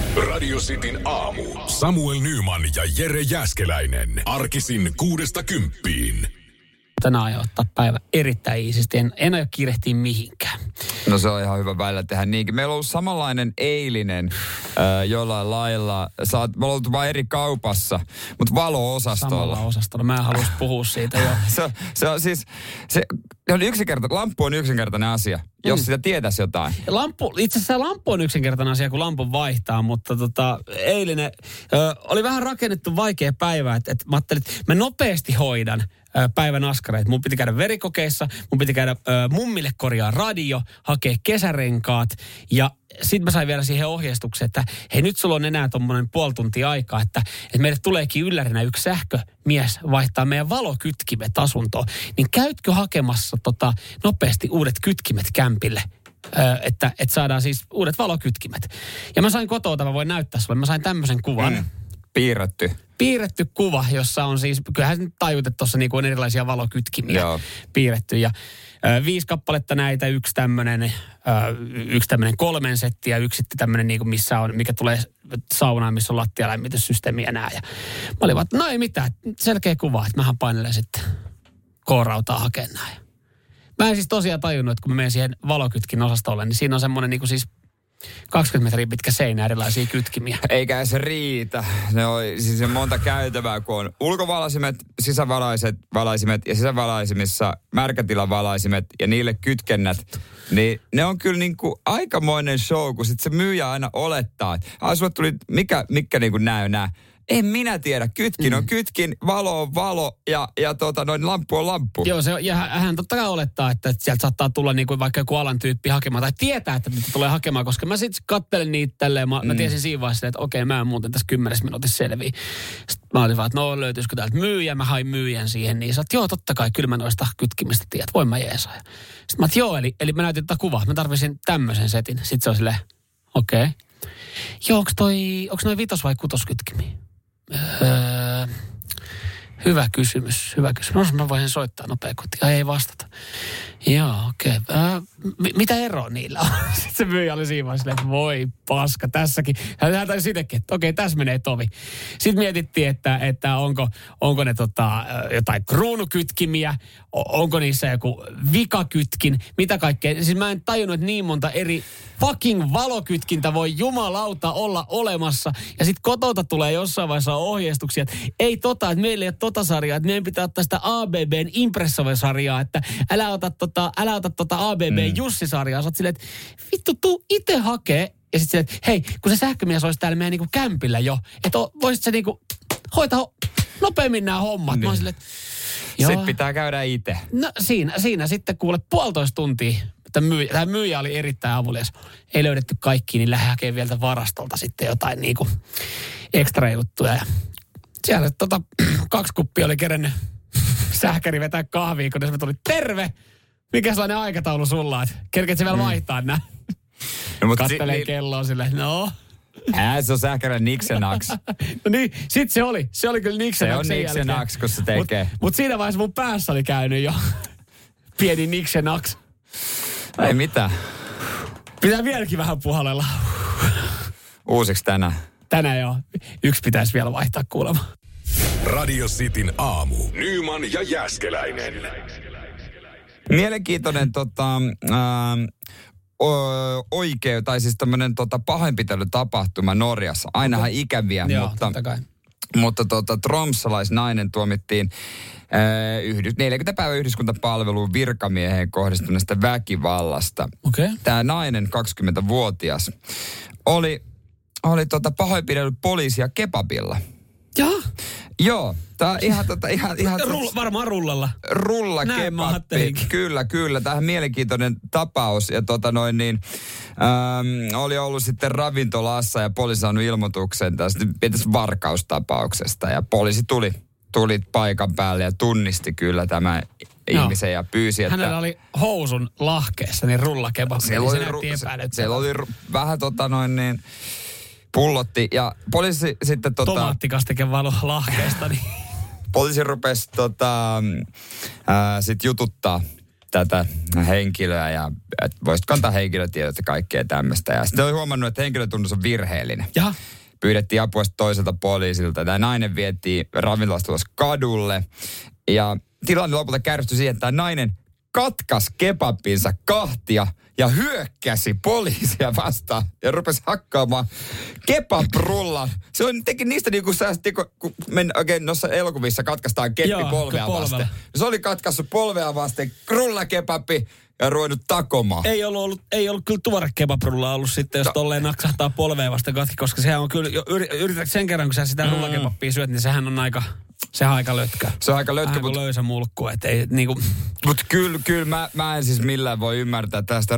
Radio Cityn aamu. Samuel Nyman ja Jere Jääskeläinen. Arkisin 6–10. Tänään aion ottaa päivä erittäin iisisti. En aio kiirehtiä mihinkään. No se on ihan hyvä välillä tehdä niinkin. Meillä on ollut samanlainen eilinen jollain lailla. Me ollaan oltu vain eri kaupassa, mutta valo-osastolla. Samalla osastolla. Mä en haluaisi puhua siitä jo. se on siis, se on lamppu on yksinkertainen asia, jos sitä tietäisi jotain. Itse asiassa lamppu on yksinkertainen asia, kun lampun vaihtaa, mutta eilinen oli vähän rakennettu vaikea päivä, että mä ajattelin, että mä nopeasti hoidan päivän askareita. Mun piti käydä verikokeissa, mun piti käydä mummille korjaa radio, hakea kesärenkaat ja sitten mä sain vielä siihen ohjeistuksen, että hei nyt sulla on enää tommonen puoli tuntia aikaa, että meille tuleekin yllärinä yksi sähkömies vaihtaa meidän valokytkimet asuntoon. Niin käytkö hakemassa nopeasti uudet kytkimet kämpille? Että saadaan siis uudet valokytkimet. Ja mä sain kotoa, mä voin näyttää sulle, mä sain tämmöisen kuvan. Piirretty kuva, jossa on siis, kyllähän tajut, että tuossa niinku on erilaisia valokytkimiä piirretty. Ja 5 kappaletta näitä, yksi tämmöinen 3 settiä, yksi sitten tämmöinen niinku mikä tulee saunaan, missä on lattialämmityssysteemi ja nää. Ja mä olin vaan, että no ei mitään, selkeä kuva, että mähän painelen sitten K-rautaa hakemaan nää. Mä en siis tosiaan tajunnut, että kun mä menen siihen valokytkin osastolle, niin siinä on semmoinen niinku siis 20 metriä pitkä seinä erilaisia kytkimiä. Eikä se riitä. Ne on siis monta käytävää, kun on ulkovalasimet, sisävalaisimet ja sisävalaisimissa märkätilavalaisimet ja niille kytkennät. Niin ne on kyllä niinku aikamoinen show, kun sit se myyjä aina olettaa, että sulle tuli, mikä niinku nää. En minä tiedä. Kytkin on kytkin, valo on valo ja lamppu on lamppu. Joo, ja hän totta kai olettaa, että sieltä saattaa tulla niinku vaikka joku alan tyyppi hakemaan tai tietää, että niitä tulee hakemaan, koska mä sitten katselen niitä tälleen. Mä tiesin siinä vaiheessa, että okei, mä en muuten tässä 10 minuutissa selviä. Sitten mä olin vaan, että no löytyisikö täältä myyjä, mä hain myyjän siihen. Niin sä oot, joo totta kai, kyllä mä noista kytkimistä tiedät, voin mä jeesaa. Sitten mä oot, joo, eli mä näytin tätä kuvaa, mä tarvitsin tämmöisen setin. Sitten se on silleen, okei. Joo, onks noi 5- vai 6-kytkimiä? Hyvä kysymys. No, mä voisin soittaa nopea kotiin. Ei vastata. Joo, okei. Mitä eroa niillä on? Sitten se myyjä oli siinä vaiheessa, että voi paska, tässäkin. Hän taisi itsekin, että okei, tässä menee tovi. Sitten mietittiin, että onko ne jotain kruunukytkimiä, onko niissä joku vikakytkin, mitä kaikkea. Siis mä en tajunnut, että niin monta eri fucking valokytkintä voi jumalauta olla olemassa. Ja sitten kotota tulee jossain vaiheessa ohjeistuksia, että ei että meillä ei ole sarjaa, että meidän pitää ottaa sitä ABBn Impressove-sarjaa, että älä ota ABB Jussi-sarjaa. Sä oot silleen, että vittu, tuu itse hakee. Ja sitten silleen, että hei, kun se sähkömies olisi täällä meidän niinku kämpillä jo, että voisit sä niinku hoitaa nopeammin nämä hommat. Niin. Mä oon silleen, että sitten pitää käydä itse. No siinä sitten kuule 1,5 tuntia. Tämä myyjä oli erittäin avulias. Ei löydetty kaikkia, niin lähde hakemaan vielä varastolta sitten jotain niinku ekstra juttuja. Ja siellä 2 kuppia oli kerennyt sähkäri vetää kahvia, kun se tuli, terve! Mikä sellainen aikataulu sulla on? Kerkeet se vielä vaihtaa nää? No, kattelee kelloa silleen, no. Se on sähkärän Nixenax. No niin, sit se oli. Se oli kyllä Nixenax. Se on Nixenax, kun se tekee. Mut siinä vaiheessa mun päässä oli käynyt jo pieni Nixenax. Ei mitään. Pitää vieläkin vähän puhallella. Uusiksi tänään? Tänään joo. 1 pitäisi vielä vaihtaa kuulemma. Radio Cityn aamu. Nyman ja Jääskeläinen. Mielenkiintoinen tai siis tämmöinen pahoinpitelytapahtuma Norjassa. Ainahan ikäviä, joo, mutta tromssalaisnainen tuomittiin 40 päivän yhdyskuntapalveluun virkamieheen kohdistuneesta väkivallasta. Okay. Tämä nainen, 20-vuotias, oli pahoinpidellyt poliisia kebabilla. Joo, tää on ihan varmaan rullalla. Rullakebabbi. Kyllä. Tämähän mielenkiintoinen tapaus. Ja oli ollut sitten ravintolassa ja poliisi saanut ilmoituksen tästä varkaustapauksesta. Ja poliisi tuli paikan päälle ja tunnisti kyllä tämän ihmisen ja pyysi, että hänellä oli housun lahkeessa niin rullakebabbi. Siellä oli vähän pullotti ja poliisi sitten tomaattikastike valo lahkeesta niin poliisi rupesi sit jututtaa tätä henkilöä ja voisitko antaa henkilötiedot ja kaikkea tämmöistä. Ja sitten oli huomannut, että henkilötunnus on virheellinen. Jaha. Pyydettiin apua toiselta poliisilta. Tämä nainen vietiin ravintolasta ulos kadulle. Ja tilanne lopulta kärjistyi siihen, että tämä nainen katkaisi kebabinsa kahtia ja hyökkäsi poliisia vastaan ja rupesi hakkaamaan kebabrullan. Se teki niistä niin kuin kun oikein noissa elokuvissa katkaistaan keppi polvea vasten. Se oli katkaissut polvea vasten rullakebabi ja ruvennut takomaan. Ei ollut kyllä tuore kebabrulla ollut sitten, jos tolleen naksahtaa polvea vasten katki, koska sehän on kyllä, yrität sen kerran, kun sä sitä rullakebabbia syöt, niin sehän on aika lötkä. Se on aika lötkä. Vähän kuin löysä mulkku, et ei niinku. Mut kyllä mä en siis millään voi ymmärtää tästä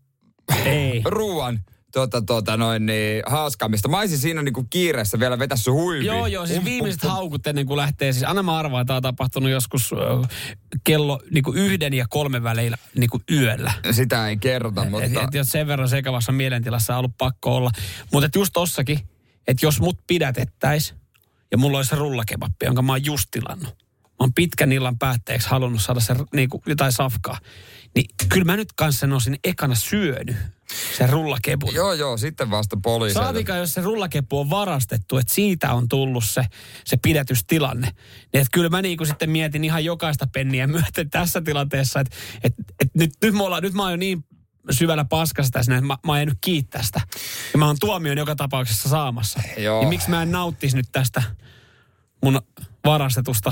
ruuan haaskaamista. Mä olisin siinä niinku kiireessä vielä vetässä huiviin. Joo, siis viimeiset haukut ennen kuin lähtee. Siis anna mä arvaan, tämä on tapahtunut joskus kello niinku 1 ja 3 välillä niinku yöllä. Sitä ei kerrota, mutta Et sen verran sekavassa mielentilassa on ollut pakko olla. Mutta just tossakin, että jos mut pidätettäis ja mulla olisi se rullakebappi, jonka mä oon just tilannut. Mä oon pitkän illan päätteeksi halunnut saada se niinku jotain safkaa. Niin kyllä mä nyt kanssa sen olisin ekana syönyt. Se rullakepun. Joo, sitten vasta poliisille. Saatika, jos se rullakepu on varastettu, että siitä on tullut se pidätystilanne. Niin että kyllä mä niinku sitten mietin ihan jokaista penniä myöten tässä tilanteessa, että nyt mä oon jo niin syvällä paskassa tässä, että mä oon jäänyt kiinni tästä. Ja mä oon tuomion joka tapauksessa saamassa. Joo. Niin miksi mä en nauttisi nyt tästä mun varastetusta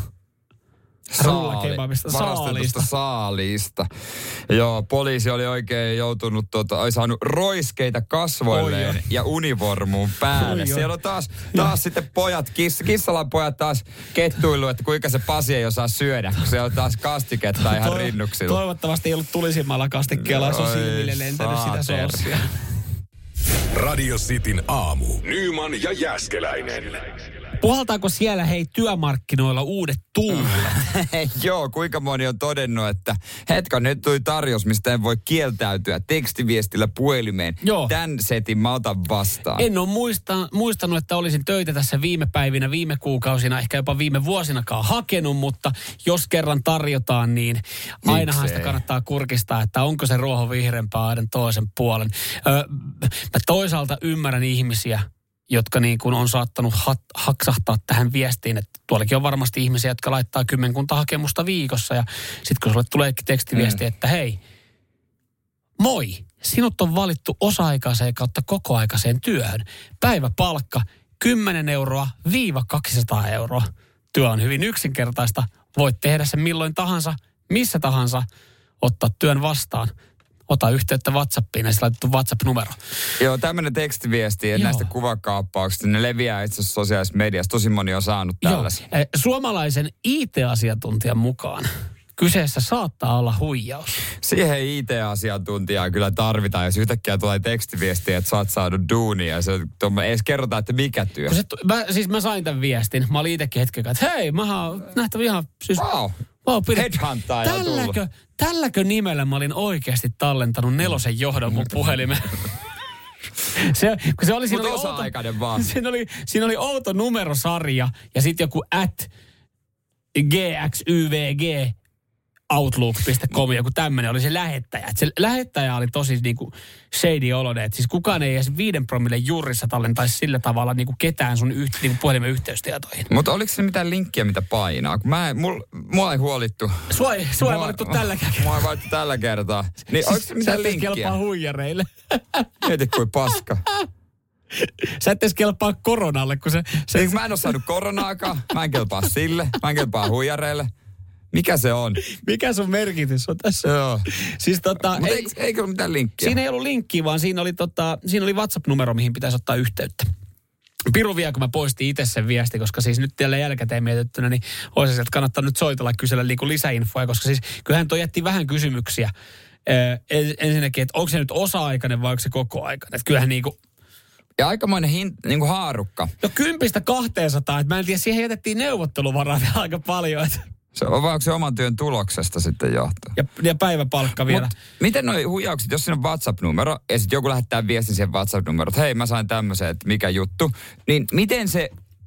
rullakebabista saaliista. Joo, poliisi oli oikein joutunut, oli saanut roiskeita kasvoilleen ja univormuun päälle. Siellä on taas sitten pojat, kissalan pojat taas kettuillut, että kuinka se Pasi ei osaa syödä, kun se on taas kastiketta ihan rinnuksilla. Toivottavasti ei ollut tulisimmalla kastikkeella, se on silmille lentänyt sitä soossia. Radio Cityn aamu. Nyman ja Jääskeläinen. Puhaltaako siellä työmarkkinoilla uudet tuulet? Joo, kuinka moni on todennut, että nyt tuli tarjous, mistä en voi kieltäytyä tekstiviestillä puhelimeen. Joo. Tän setin mä otan vastaan. En ole muistanut, että olisin töitä tässä viime päivinä, viime kuukausina, ehkä jopa viime vuosinakaan hakenut, mutta jos kerran tarjotaan, niin ainahan sitä kannattaa kurkistaa, että onko se ruoho vihreämpää aina toisen puolen. Mä toisaalta ymmärrän ihmisiä, jotka niin kuin on saattanut haksahtaa tähän viestiin, että tuollakin on varmasti ihmisiä, jotka laittaa 10 hakemusta viikossa ja sitten kun sulle tulee tekstiviesti, että hei, moi, sinut on valittu osa-aikaiseen kautta kokoaikaiseen työhön. Päiväpalkka 10 euroa - 200 euroa. Työ on hyvin yksinkertaista. Voit tehdä sen milloin tahansa, missä tahansa, ottaa työn vastaan. Ota yhteyttä WhatsAppiin ja se laitettu WhatsApp-numero. Joo, tämmöinen tekstiviesti ja näistä kuvakaappauksista, ne leviää itse asiassa sosiaalisessa mediassa. Tosi moni on saanut tällaisia. Suomalaisen IT-asiantuntijan mukaan kyseessä saattaa olla huijaus. Siihen IT-asiantuntijaa kyllä tarvitaan, jos yhtäkkiä tulee tekstiviestiä, että sä oot saanut duunia. Ja se edes kerrotaan, että mikä työ. Mä sain tämän viestin. Mä olin itsekin hetken, että hei, mä oon nähtävä ihan... Siis, Headhuntaa ja tullut. Tälläkö nimellä mä olin oikeasti tallentanut 4 johdon mun puhelimeen? Mutta osa-aikainen vaan. Siinä oli outo numerosarja ja sitten joku @gxyvg outlook.com, joku tämmöinen oli se lähettäjä. Se lähettäjä oli tosi niinku shady oloinen. Siis kukaan ei edes 5 promille jurissa tallentaisi sillä tavalla niinku ketään sun niinku puhelimen yhteystietoihin. Mutta oliko se mitään linkkiä, mitä painaa? Kun mua ei huolittu. Sua ei valittu tällä kertaa. Mua ei valittu tällä kertaa. Niin oliko se mitään linkkiä? Sä et kelpaa huijareille. Mieti kuin paska. Sä et edes kelpaa koronalle, kun se... Mä en ole saanut koronaakaan. Mä en kelpaa sille. Mä en kelpaa huijareille. Mikä se on? Mikä sun merkitys on tässä? Joo. Siis mutta eikö ole mitään linkkiä? Siinä ei ollut linkkiä, vaan siinä oli WhatsApp-numero, mihin pitäisi ottaa yhteyttä. Piru vielä, kun mä poistin itse sen viesti, koska siis nyt tällä jälkikäteen mietittynä, niin olisi sieltä kannattaa nyt soitella ja kysellä niin kuin lisäinfoja, koska siis kyllähän toi jätti vähän kysymyksiä. Ensinnäkin, että onko se nyt osa-aikainen vai onko se kokoaikainen? Että kyllähän niin kuin... Ja aikamoinen niin haarukka. No 10-200, että mä en tiedä, siihen jätettiin neuvotteluvaraa vielä aika paljon, että... Se on vaan se oman työn tuloksesta sitten johtaa. Ja päiväpalkka vielä. Miten noi huijaukset, jos siinä on WhatsApp-numero ja sitten joku lähettää viestin siihen WhatsApp-numeroon, että hei mä sain tämmöisen, että mikä juttu. Niin miten se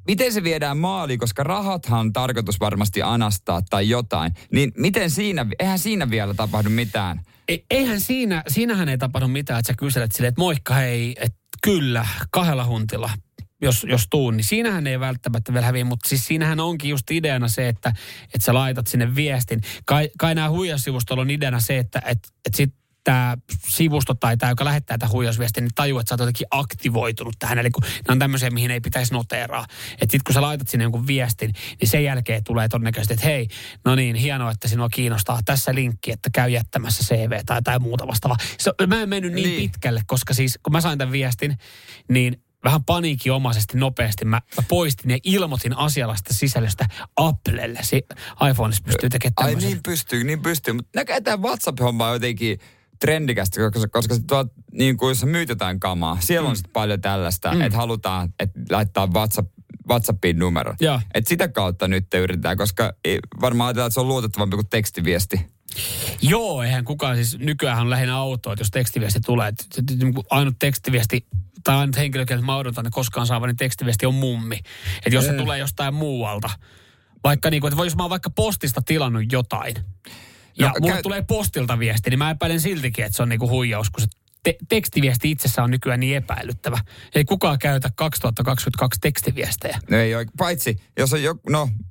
miten se viedään maaliin, koska rahathan on tarkoitus varmasti anastaa tai jotain. Niin eihän siinä vielä tapahdu mitään. Siinähän ei tapahdu mitään, että sä kyselet silleen, että moikka hei, että kyllä, 2 huntilla. Jos tuun, niin siinähän ei välttämättä vielä häviä, mutta siis siinähän onkin just ideana se, että sä laitat sinne viestin. Kai nämä huijaussivustolla on ideana se, että sitten tämä sivusto tai tämä, joka lähettää tätä huijausviestiä, niin tajuu, että sä oot jotenkin aktivoitunut tähän. Eli kun nämä on tämmöisiä, mihin ei pitäisi noteeraa. Että sitten kun sä laitat sinne jonkun viestin, niin sen jälkeen tulee todennäköisesti, että hei, no niin, hienoa, että sinua kiinnostaa tässä linkki, että käy jättämässä CV tai muuta vastaavaa. Mä en mennyt niin pitkälle, koska siis kun mä sain tämän viestin, niin vähän paniikinomaisesti nopeasti mä poistin ja ilmoitin asialaista sisällöstä Applelle. iPhoneissa pystyy tekemään tämmöisen. Ai niin pystyy. Mutta näkee tämä WhatsApp-homma jotenkin trendikästä, koska tuot, niin kuin jos sä myyt jotain kamaa, siellä on sitten paljon tällaista, että halutaan, että laittaa WhatsAppiin numero. Että sitä kautta nyt yritetään, koska varmaan ajatellaan, että se on luotettavampi kuin tekstiviesti. Joo, eihän kukaan siis nykyään on lähinnä autoa, että jos tekstiviesti tulee. Ainut tekstiviesti tai ainut henkilö, keneltä mä odotan, niin koskaan saavani tekstiviesti on mummi. Että jos se tulee jostain muualta, vaikka niin kuin, että jos mä oon vaikka postista tilannut jotain, ja mulle tulee postilta viesti, niin mä epäilen siltikin, että se on niinku huijaus, kun se tekstiviesti itsessään on nykyään niin epäilyttävä. Ei kukaan käytä 2022 tekstiviestejä. No ei ole, paitsi jos on joku,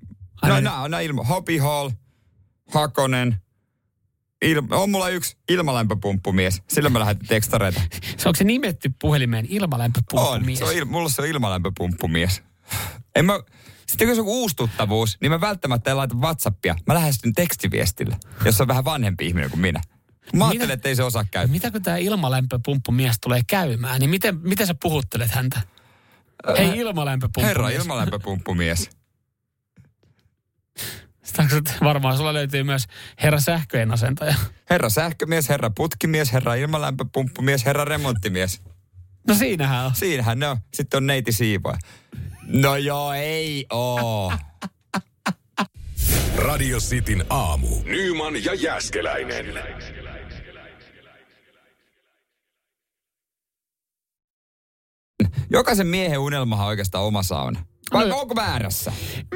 Hobby Hall, Hakonen, on mulla yksi ilmalämpöpumppumies. Sillä mä lähetän tekstareita. Onko se nimetty puhelimeen ilmalämpöpumppumies? Mulla se on ilmalämpöpumppumies. Sitten jos on uusi tuttavuus, niin mä välttämättä en laita WhatsAppia. Mä lähestyn tekstiviestillä, jos on vähän vanhempi ihminen kuin minä. Mä ajattelen, että ei se osaa käyttää. Mitä kun tää ilmalämpöpumppumies tulee käymään, niin miten sä puhuttelet häntä? Hei ilmalämpöpumppumies. Herra ilmalämpöpumppumies. Varmaan sulla löytyy myös herra sähköjen asentaja. Herra sähkömies, herra putkimies, herra ilmalämpöpumppumies, herra remonttimies. No siinähän on. Siinähän ne on. Sitten on neiti siivoja. No joo, ei oo. Radio Cityn aamu. Nyman ja Jääskeläinen. Jokaisen miehen unelmahan on oikeastaan oma sauna. Vai onko väärässä?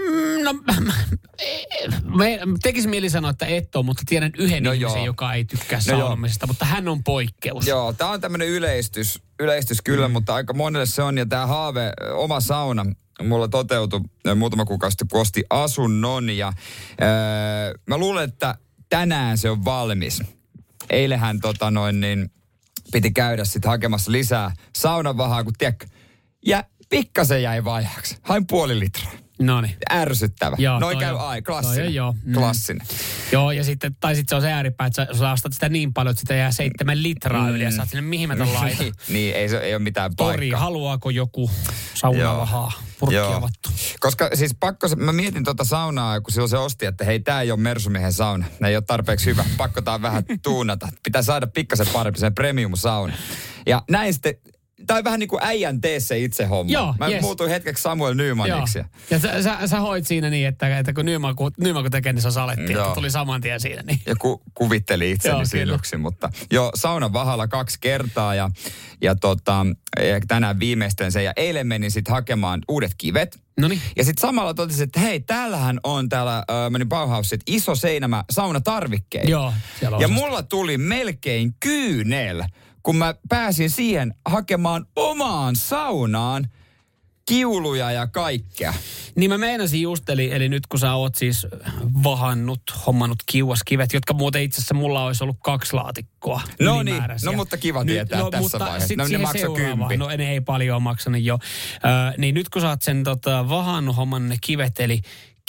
Tekisi mieli sanoa, että et ole, mutta tiedän yhden ihmisen, joka ei tykkää saunomisesta, mutta hän on poikkeus. Joo, tää on tämmönen yleistys kyllä, mutta aika monelle se on. Ja tää haave, oma sauna, mulla toteutui muutama kuukausi sitten, kun osti asunnon. Ja mä luulen, että tänään se on valmis. Eilähän piti käydä sitten hakemassa lisää saunavahaa, kun tiedätkö, ja pikkasen jäi vajaaksi. Hain 0,5 litraa. Noniin. Ärsyttävä. Noin käy klassinen. Klassinen. Joo, ja sitten se on se ääripää, että sä ostat sitä niin paljon, että sitä jää 7 litraa yli, ja sä oot sinne, mihin mä tän laitan. Niin, ei ole mitään paikkaa. Tori, haluaako joku saunavahaa? Purkki avattu. Koska siis mä mietin saunaa, kun silloin se osti, että hei, tää ei ole Mersumiehen sauna. Ne ei ole tarpeeksi hyvä. Pakko tää vähän tuunata. Pitää saada pikkasen parempi, sen premium-sauna. Ja näin sitten, tai vähän niin kuin äijän tee se itse homma. Mä muutuin hetkeksi Samuel Nymaniksi. Ja sä hoit siinä niin, että kun Nyman kun tekee, niin se saletti, että tuli saman tien siinä. Niin. Ja kuvitteli itseni silloksi, mutta saunan vahalla 2 kertaa ja tänään viimeistelen sen. Ja eilen menin sitten hakemaan uudet kivet. Noniin. Ja sitten samalla totesin, että hei, täällähän on menin Bauhausit iso seinämä saunatarvikkeita. Joo, siellä on. Ja mulla tuli melkein kyynel, kun mä pääsin siihen hakemaan omaan saunaan kiuluja ja kaikkea. Niin mä meinasin just, eli nyt kun sä oot siis hommannut kiuaskivet, jotka muuten itse asiassa mulla olisi ollut 2 laatikkoa. No niin, mutta kiva tietää tässä vaiheessa. No ne maksoi 10. No ne ei paljon maksanut jo. Niin nyt kun sä oot sen vahannut hommannut ne kivet, eli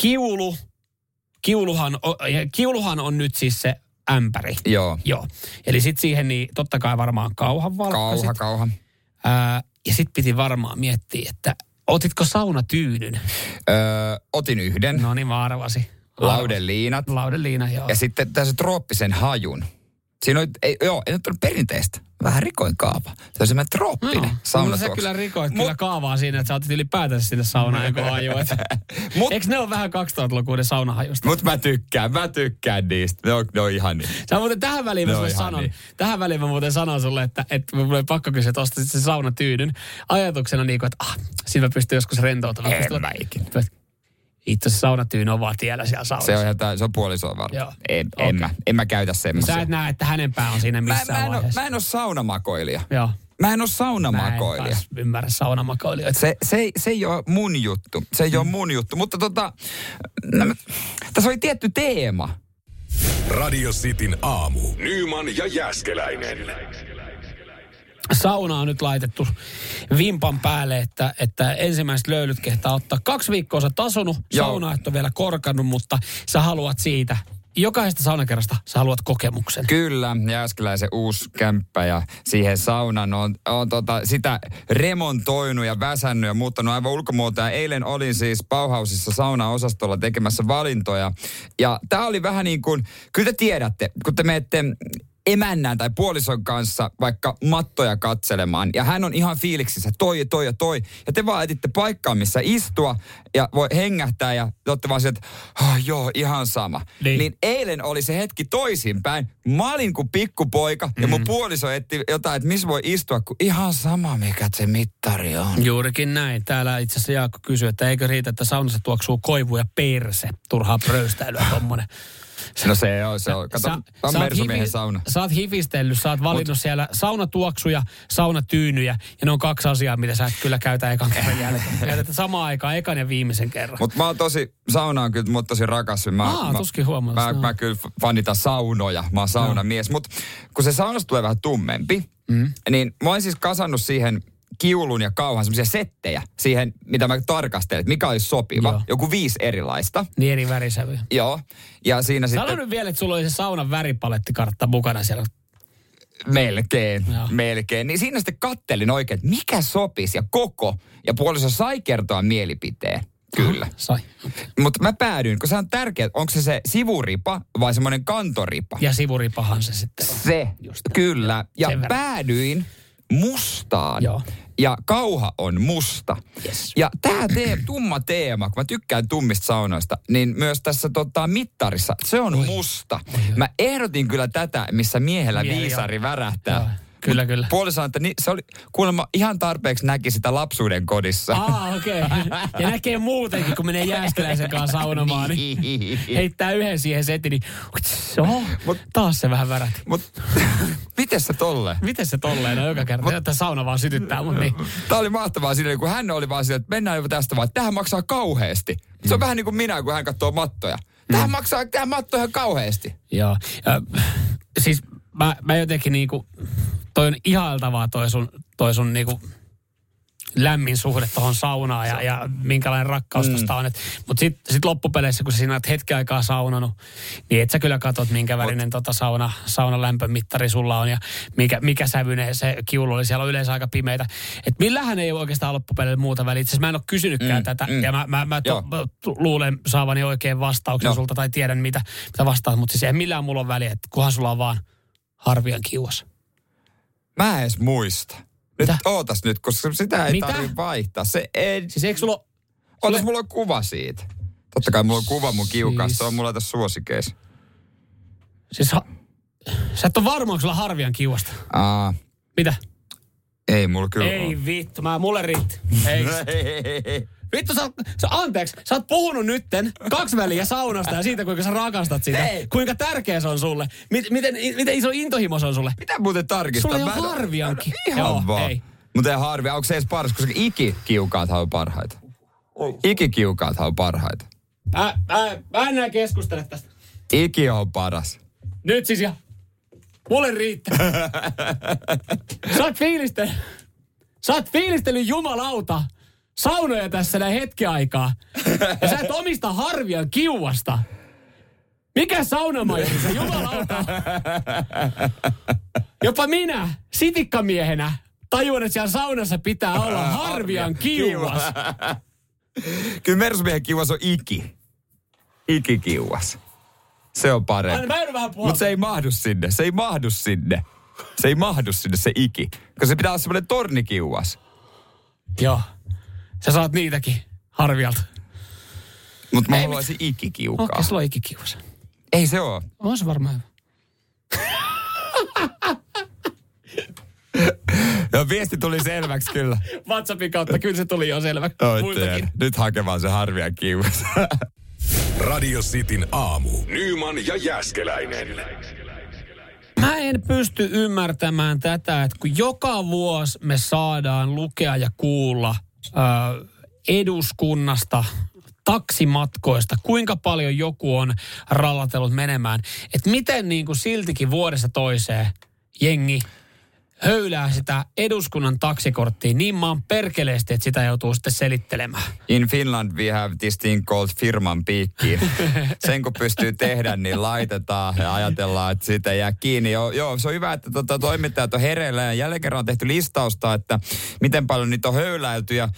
kiuluhan on nyt siis se ämpäri. Joo. Eli sit siihen niin totta kai varmaan kauhan valkkasit. Kauha. Ja sit piti varmaan miettiä, että otitko saunatyynyn? Otin 1. No niin, mä arvasin. Laudeliina, joo. Ja sitten tässä trooppisen hajun. Siinä ei ole perinteistä. vähän rikoin kaava. Se on semmoinen trooppinen saunatuoksu. Sä kyllä rikoit kyllä kaavaa siinä, että sä otit ylipäätänsä sinne saunaan, kun ajoit. Eikö ne ole vähän 2000-lukuuden saunahajusta? Mut mä tykkään niistä. Ne on ihan niin. Sä muuten tähän väliin mä muuten sanon sulle, että mulla oli pakko kysyä, että ostat se saunatyynyn. Ajatuksena niin kuin, että siinä mä pystyn joskus rentoutumaan. En mä ikinä. Itse asiassa saunatyyny on vaan tiellä siellä saunassa. Se on puolisoa varmaan. Joo. En mä käytä semmoisia. Sä et näe, että hänen pää on siinä missään vaiheessa. Mä en ole saunamakoilija. Joo. Mä en ole saunamakoilija. Mä en ymmärrä saunamakoilijoita. Se ei ole mun juttu. Se ei ole mun juttu. Mutta tässä oli tietty teema. Radio Cityn aamu. Nyman ja Jääskeläinen. Sauna on nyt laitettu vimpan päälle, että ensimmäiset löylyt kehtaa ottaa. 2 viikkoa sä tasunut, sauna et ole vielä korkannut, mutta sä haluat siitä. Jokaisesta saunakerrasta sä haluat kokemuksen. Kyllä, Jääskeläisen uusi kämppä ja siihen saunan on sitä remontoinut ja väsännyt ja muuttanut aivan ulkomuotoa. Ja eilen olin siis Bauhausissa saunaosastolla tekemässä valintoja. Ja tää oli vähän niin kuin, kyllä te tiedätte, kun te menette emännän tai puolison kanssa vaikka mattoja katselemaan. Ja hän on ihan fiiliksissä toi. Ja te vaan etitte paikkaa, missä istua ja voi hengähtää ja te olette vaan sieltä, joo, ihan sama. Niin eilen oli se hetki toisinpäin. Mä olin kuin pikkupoika ja mun puoliso etti jotain, että missä voi istua, kun ihan sama mikä se mittari on. Juurikin näin. Täällä itse asiassa Jaakko kysyy, että eikö riitä, että saunassa tuoksuu koivu ja perse. Turhaa pröystäilyä tommonen. No se on. Kato, on Mersumiehen sauna. Sä oot hifistellyt, sä oot valinnut siellä saunatuoksuja, saunatyynyjä, ja ne on 2 asiaa, mitä sä et kyllä käytä ekan kerran jälkeen. Käytät samaan aikaan ekan ja viimeisen kerran. Mutta mä oon sauna on kyllä tosi rakas. Tuskin huomasin. Mä kyllä fanitan saunoja, mä oon saunamies. Mutta kun se saunasta tulee vähän tummempi, niin mä oon siis kasannut siihen kiulun ja kauhan semmoisia settejä siihen, mitä mä tarkastelin, mikä olisi sopiva. Joo. Joku 5 erilaista. Niin eri värisävyjä. Joo. Ja siinä sitten... Sano nyt vielä, että sulla oli se saunan väripalettikartta mukana siellä. Melkein. Niin siinä sitten kattelin oikein, että mikä sopisi ja koko. Ja puoliso sai kertoa mielipiteen. Kyllä. Sai. Mutta mä päädyin, kun se on tärkeää, onko se sivuripa vai semmoinen kantoripa. Ja sivuripahan se sitten on. Se, kyllä. Ja päädyin mustaan. Joo. Ja kauha on musta. Yes. Ja tämä tumma teema, kun mä tykkään tummista saunoista, niin myös tässä mittarissa, se on musta. Mä ehdotin kyllä tätä, missä miehellä viisari värähtää. Joo. Kyllä. Puoliso että se oli kuulemma ihan tarpeeksi näki sitä lapsuuden kodissa. Okei. Ja näkee muutenkin, kun menee Jääskeläisen kanssa saunomaan, niin heittää yhden siihen setin, niin taas se vähän värähti. Miten se tolleen? No joka kerta, että sauna vaan sytyttää mut niin. Tää oli mahtavaa siinä, kun hän oli vaan siinä, että mennään jo tästä vaan, että tämähän maksaa kauheasti. Se on vähän niin kuin minä, kun hän katsoo mattoja. Tämähän maksaa mattoja kauheasti. Joo. Siis mä jotenkin niinku, toi on ihailtavaa toi sun niinku lämmin suhde tohon saunaan ja minkälainen rakkaus tosta on. Mutta sit loppupeleissä, kun sä siinä olet hetken aikaa saunanut, niin et sä kyllä katot, minkä värinen saunan lämpömittari sulla on ja mikä sävyinen se kiulu oli. Siellä on yleensä aika pimeitä. Et millähän ei ole oikeastaan loppupeleillä muuta väliä. Itse asiassa mä en ole kysynytkään tätä ja mä luulen saavani oikein vastauksen sulta tai tiedän mitä vastaat. Mutta siis ei millään mulla ole väliä, että kunhan sulla on vaan harvian kiuas. Mä en edes muista. Nyt ootas nyt, koska sitä ei tarvitse vaihtaa. Se ei... Siis eikö sulla... Ootas, mulla on kuva siitä. Totta kai mulla on kuva mun kiukaasta. Se on mulla tässä suosikeissa. Siis sä et ole varma, onko sulla harvian kiuasta? Mitä? Ei mulla kyllä ei ole. Vittu, mulle riitti. Ei. Vittu, anteeksi, sä oot puhunut nytten 2 väliä saunasta ja siitä, kuinka sä rakastat sitä. Ei. Kuinka tärkeä se on sulle. Miten iso intohimo se on sulle. Mitä muuten tarkistaa? Sulla ei ole harviankin. Ihan vaan. Ei. Mutta ei harvia. Onko se edes paras? Koska ikikiukaathan on parhaita. Ikikiukaathan on parhaita. Mä en enää keskustele tästä. Iki on paras. Nyt siis mulle riittää. Sä oot fiilistellyt jumalauta saunoja tässä näin hetken aikaa. Ja sä et omista harvian kiuasta. Mikä saunamajori se jumalauta? Jopa minä, sitikkamiehenä, tajuan, että siellä saunassa pitää olla harvian kiuas. Kyllä Mersumiehen kiuas on ikikiuas. Se on parempi. Mä en vähän puhua. Mutta se ei mahdu sinne. Se ei mahdu sinne se iki, koska se pitää olla semmoinen tornikiuas. Joo. Sä saat niitäkin harvialta. Mutta mä haluaisin ikikiukaa. Okei, sulla on ikikiuas. Ei se oo. On se varmaan hyvä. Joo, viesti tuli selväksi kyllä. WhatsAppin kautta kyllä se tuli jo selväksi. Muiltakin. Nyt hakemaan se harvia kiuas. Radio Cityn aamu. Nyman ja Jääskeläinen. Mä en pysty ymmärtämään tätä, että kun joka vuosi me saadaan lukea ja kuulla eduskunnasta, taksimatkoista, kuinka paljon joku on rallatellut menemään. Että miten niin kuin siltikin vuodesta toiseen jengi höylää sitä eduskunnan taksikorttia niin maan perkeleesti, että sitä joutuu sitten selittelemään. In Finland we have this thing called firman piikki. Sen kun pystyy tehdä, niin laitetaan ja ajatellaan, että siitä jää kiinni. Joo, se on hyvä, että toimittajat on hereillä ja jälleen kerran on tehty listausta, että miten paljon niitä on höyläilty ja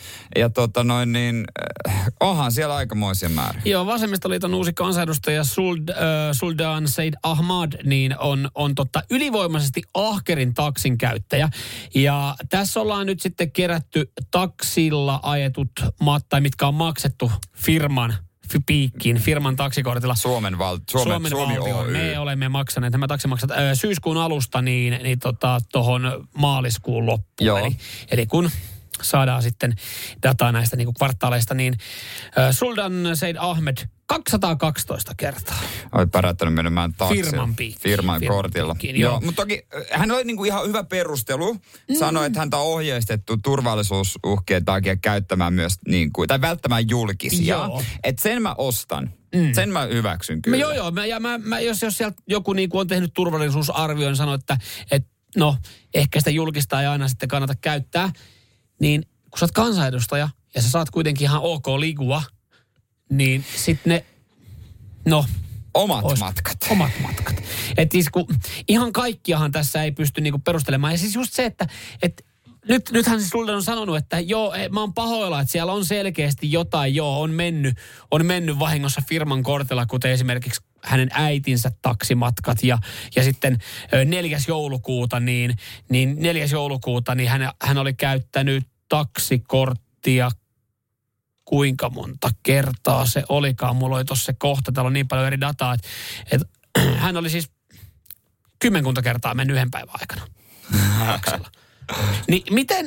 onhan siellä aikamoisia määriä. Joo, Vasemmistoliiton uusi kansanedustaja Sultan Said Ahmad niin on ylivoimaisesti ahkerin taksin käyttäjä. Ja tässä ollaan nyt sitten kerätty taksilla ajetut tai mitkä on maksettu firman piikkiin, firman taksikortilla. Suomi valtio. Me olemme maksaneet, nämä taksimaksat syyskuun alusta niin tohon maaliskuun loppuun. Eli kun saadaan sitten dataa näistä niin kuin kvartaaleista, niin Sultan Said Ahmed 212 kertaa. Olet pärättänyt menemään taksilla. Firman kortilla. Joo, mutta toki hän oli niin kuin ihan hyvä perustelu. Sanoi, että häntä on ohjeistettu turvallisuusuhkien takia käyttämään myös, niin kuin, tai välttämään julkisia. Että sen mä ostan. Sen mä hyväksyn kyllä. Joo. Jos sieltä joku niin kuin on tehnyt turvallisuusarvioon, niin sanoo, että ehkä sitä julkista ei aina sitten kannata käyttää. Niin kun sä oot kansanedustaja ja sä saat kuitenkin ihan ok ligua, niin sitten Omat matkat. Että siis kun ihan kaikkiahan tässä ei pysty niinku perustelemaan. Ja siis just se, että nythän siis Sultan on sanonut, että mä oon pahoilla, että siellä on selkeästi jotain, on mennyt vahingossa firman kortilla, kuten esimerkiksi hänen äitinsä taksimatkat ja sitten 4. joulukuuta, niin 4. joulukuuta niin hän oli käyttänyt taksikorttia kuinka monta kertaa se olikaan. Mulla oli tuossa se kohta, täällä on niin paljon eri dataa, että hän oli siis 10 kertaa mennyt yhden päivän aikana taksilla. Niin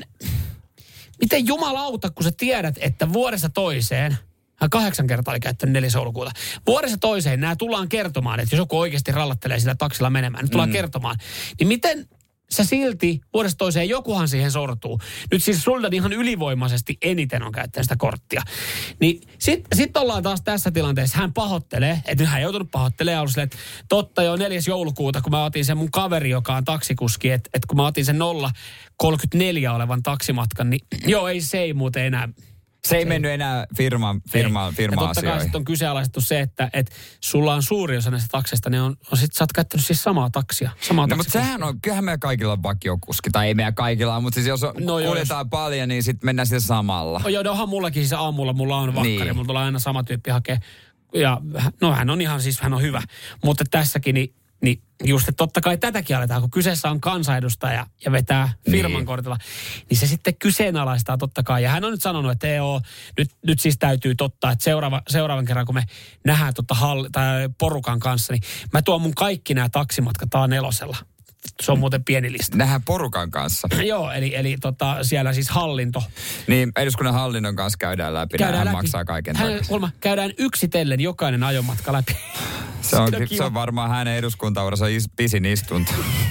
miten jumalauta, kun sä tiedät, että vuodesta toiseen, hän 8 kertaa oli käyttänyt 4. joulukuuta. Vuodesta toiseen nämä tullaan kertomaan, että jos joku oikeasti rallattelee sillä taksilla menemään, niin tullaan kertomaan. Niin miten sä silti vuodesta toiseen, jokuhan siihen sortuu. Nyt siis Sultan ihan ylivoimaisesti eniten on käyttänyt sitä korttia. Niin sit ollaan taas tässä tilanteessa. Hän pahoittelee, että nyt hän ei joutunut pahoittelemaan. Ollut silleen, että totta jo 4. joulukuuta, kun mä otin sen mun kaveri, joka on taksikuski, että kun mä otin sen 0,34 olevan taksimatkan, niin se ei muuten enää. Se ei mennyt enää firma-asioihin. Ja totta kai sitten on kyseenalaistettu se, että sulla on suuri osa näistä takseista, niin on sit sä oot käyttänyt siis samaa taksia. Mutta sehän on, kyllähän meidän kaikilla on vakiokuski, tai ei meidän kaikilla, mutta siis jos kuljetaan paljon, niin sitten mennään sitten samalla. Onhan mullakin siis aamulla, mulla on vakkari, niin. Mulla tulee aina sama tyyppi hakea. Ja hän on ihan siis, hän on hyvä. Mutta tässäkin, niin just, että totta kai tätäkin aletaan, kun kyseessä on kansanedustaja ja vetää firman kortilla, niin se sitten kyseenalaistaa totta kai. Ja hän on nyt sanonut, että nyt siis täytyy totta, että seuraavan kerran, kun me nähdään porukan kanssa, niin mä tuon mun kaikki nämä taksimatkat A4. Se on muuten pieni lista. Nähdään porukan kanssa. Joo, eli siellä siis hallinto. Niin, eduskunnan hallinnon kanssa käydään läpi. Hän maksaa kaiken takaisin. Käydään yksitellen jokainen ajomatka läpi. Se on varmaan hänen eduskuntauransa pisin istunto.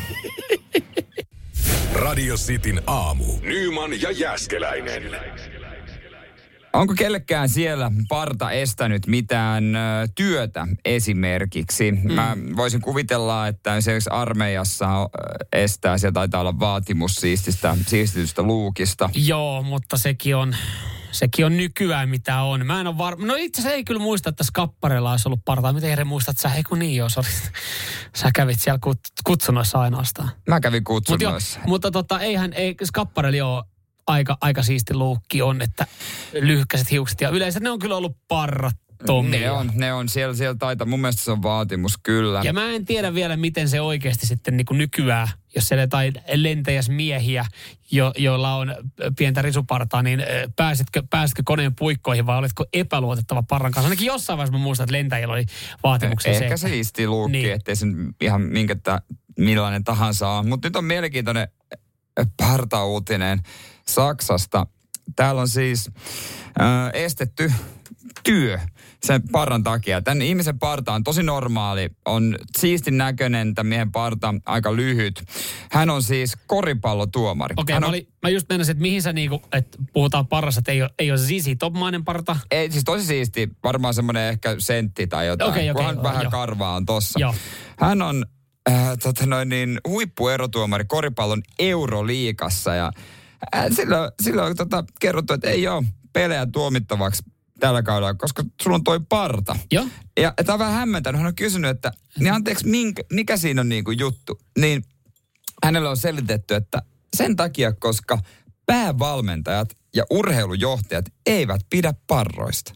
Radio Cityn aamu. Nyman ja Jääskeläinen. Onko kellekään siellä parta estänyt mitään työtä esimerkiksi? Mä voisin kuvitella, että esimerkiksi armeijassa estää, siellä taitaa olla vaatimus siistitystä luukista. Joo, mutta sekin on nykyään mitä on. Mä en ole varma. No itse asiassa ei kyllä muista, että Skapparilla olisi ollut partaa. Miten Jere muistat sä? Eiku niin joo, sä kävit siellä kutsunnoissa ainoastaan. Mä kävin kutsunnoissa. Mutta ei Skapparilla ole aika siisti luukki on, että lyhkäiset hiukset. Ja yleensä ne on kyllä ollut tommia. Ne on siellä taitaa. Mun mielestä se on vaatimus, kyllä. Ja mä en tiedä vielä, miten se oikeasti sitten niin kuin nykyään, jos siellä jotain lentäjäsmiehiä, joilla on pientä risupartaa, niin pääsetkö koneen puikkoihin vai oletko epäluotettava parran kanssa? Ainakin jossain vaiheessa mä muistan, että lentäjillä oli vaatimuksia Ehkä se isti luukki, niin. Ettei se ihan millainen tahansa on. Mutta nyt on mielenkiintoinen partauutinen Saksasta. Täällä on siis estetty työ sen parran takia. Tämän ihmisen parta on tosi normaali, on siistin näköinen, tämän miehen parta aika lyhyt. Hän on siis koripallotuomari. Okei, mä just meinasin, että mihin sä niinku, että puhutaan parrassa, että ei ole ZZ-topmainen parta. Ei, siis tosi siisti, varmaan semmoinen ehkä sentti tai jotain, kunhan vähän karvaa on tossa. Joo. Hän on huippuerotuomari koripallon Euroliigassa ja sillä on kerrottu, että ei ole pelejä tuomittavaksi tällä kaudella, koska sulla on toi parta. Joo. Ja tämä on vähän hämmentänyt. Hän on kysynyt, että niin anteeksi, mikä siinä on niinku juttu? Niin hänelle on selitetty, että sen takia, koska päävalmentajat ja urheilujohtajat eivät pidä parroista.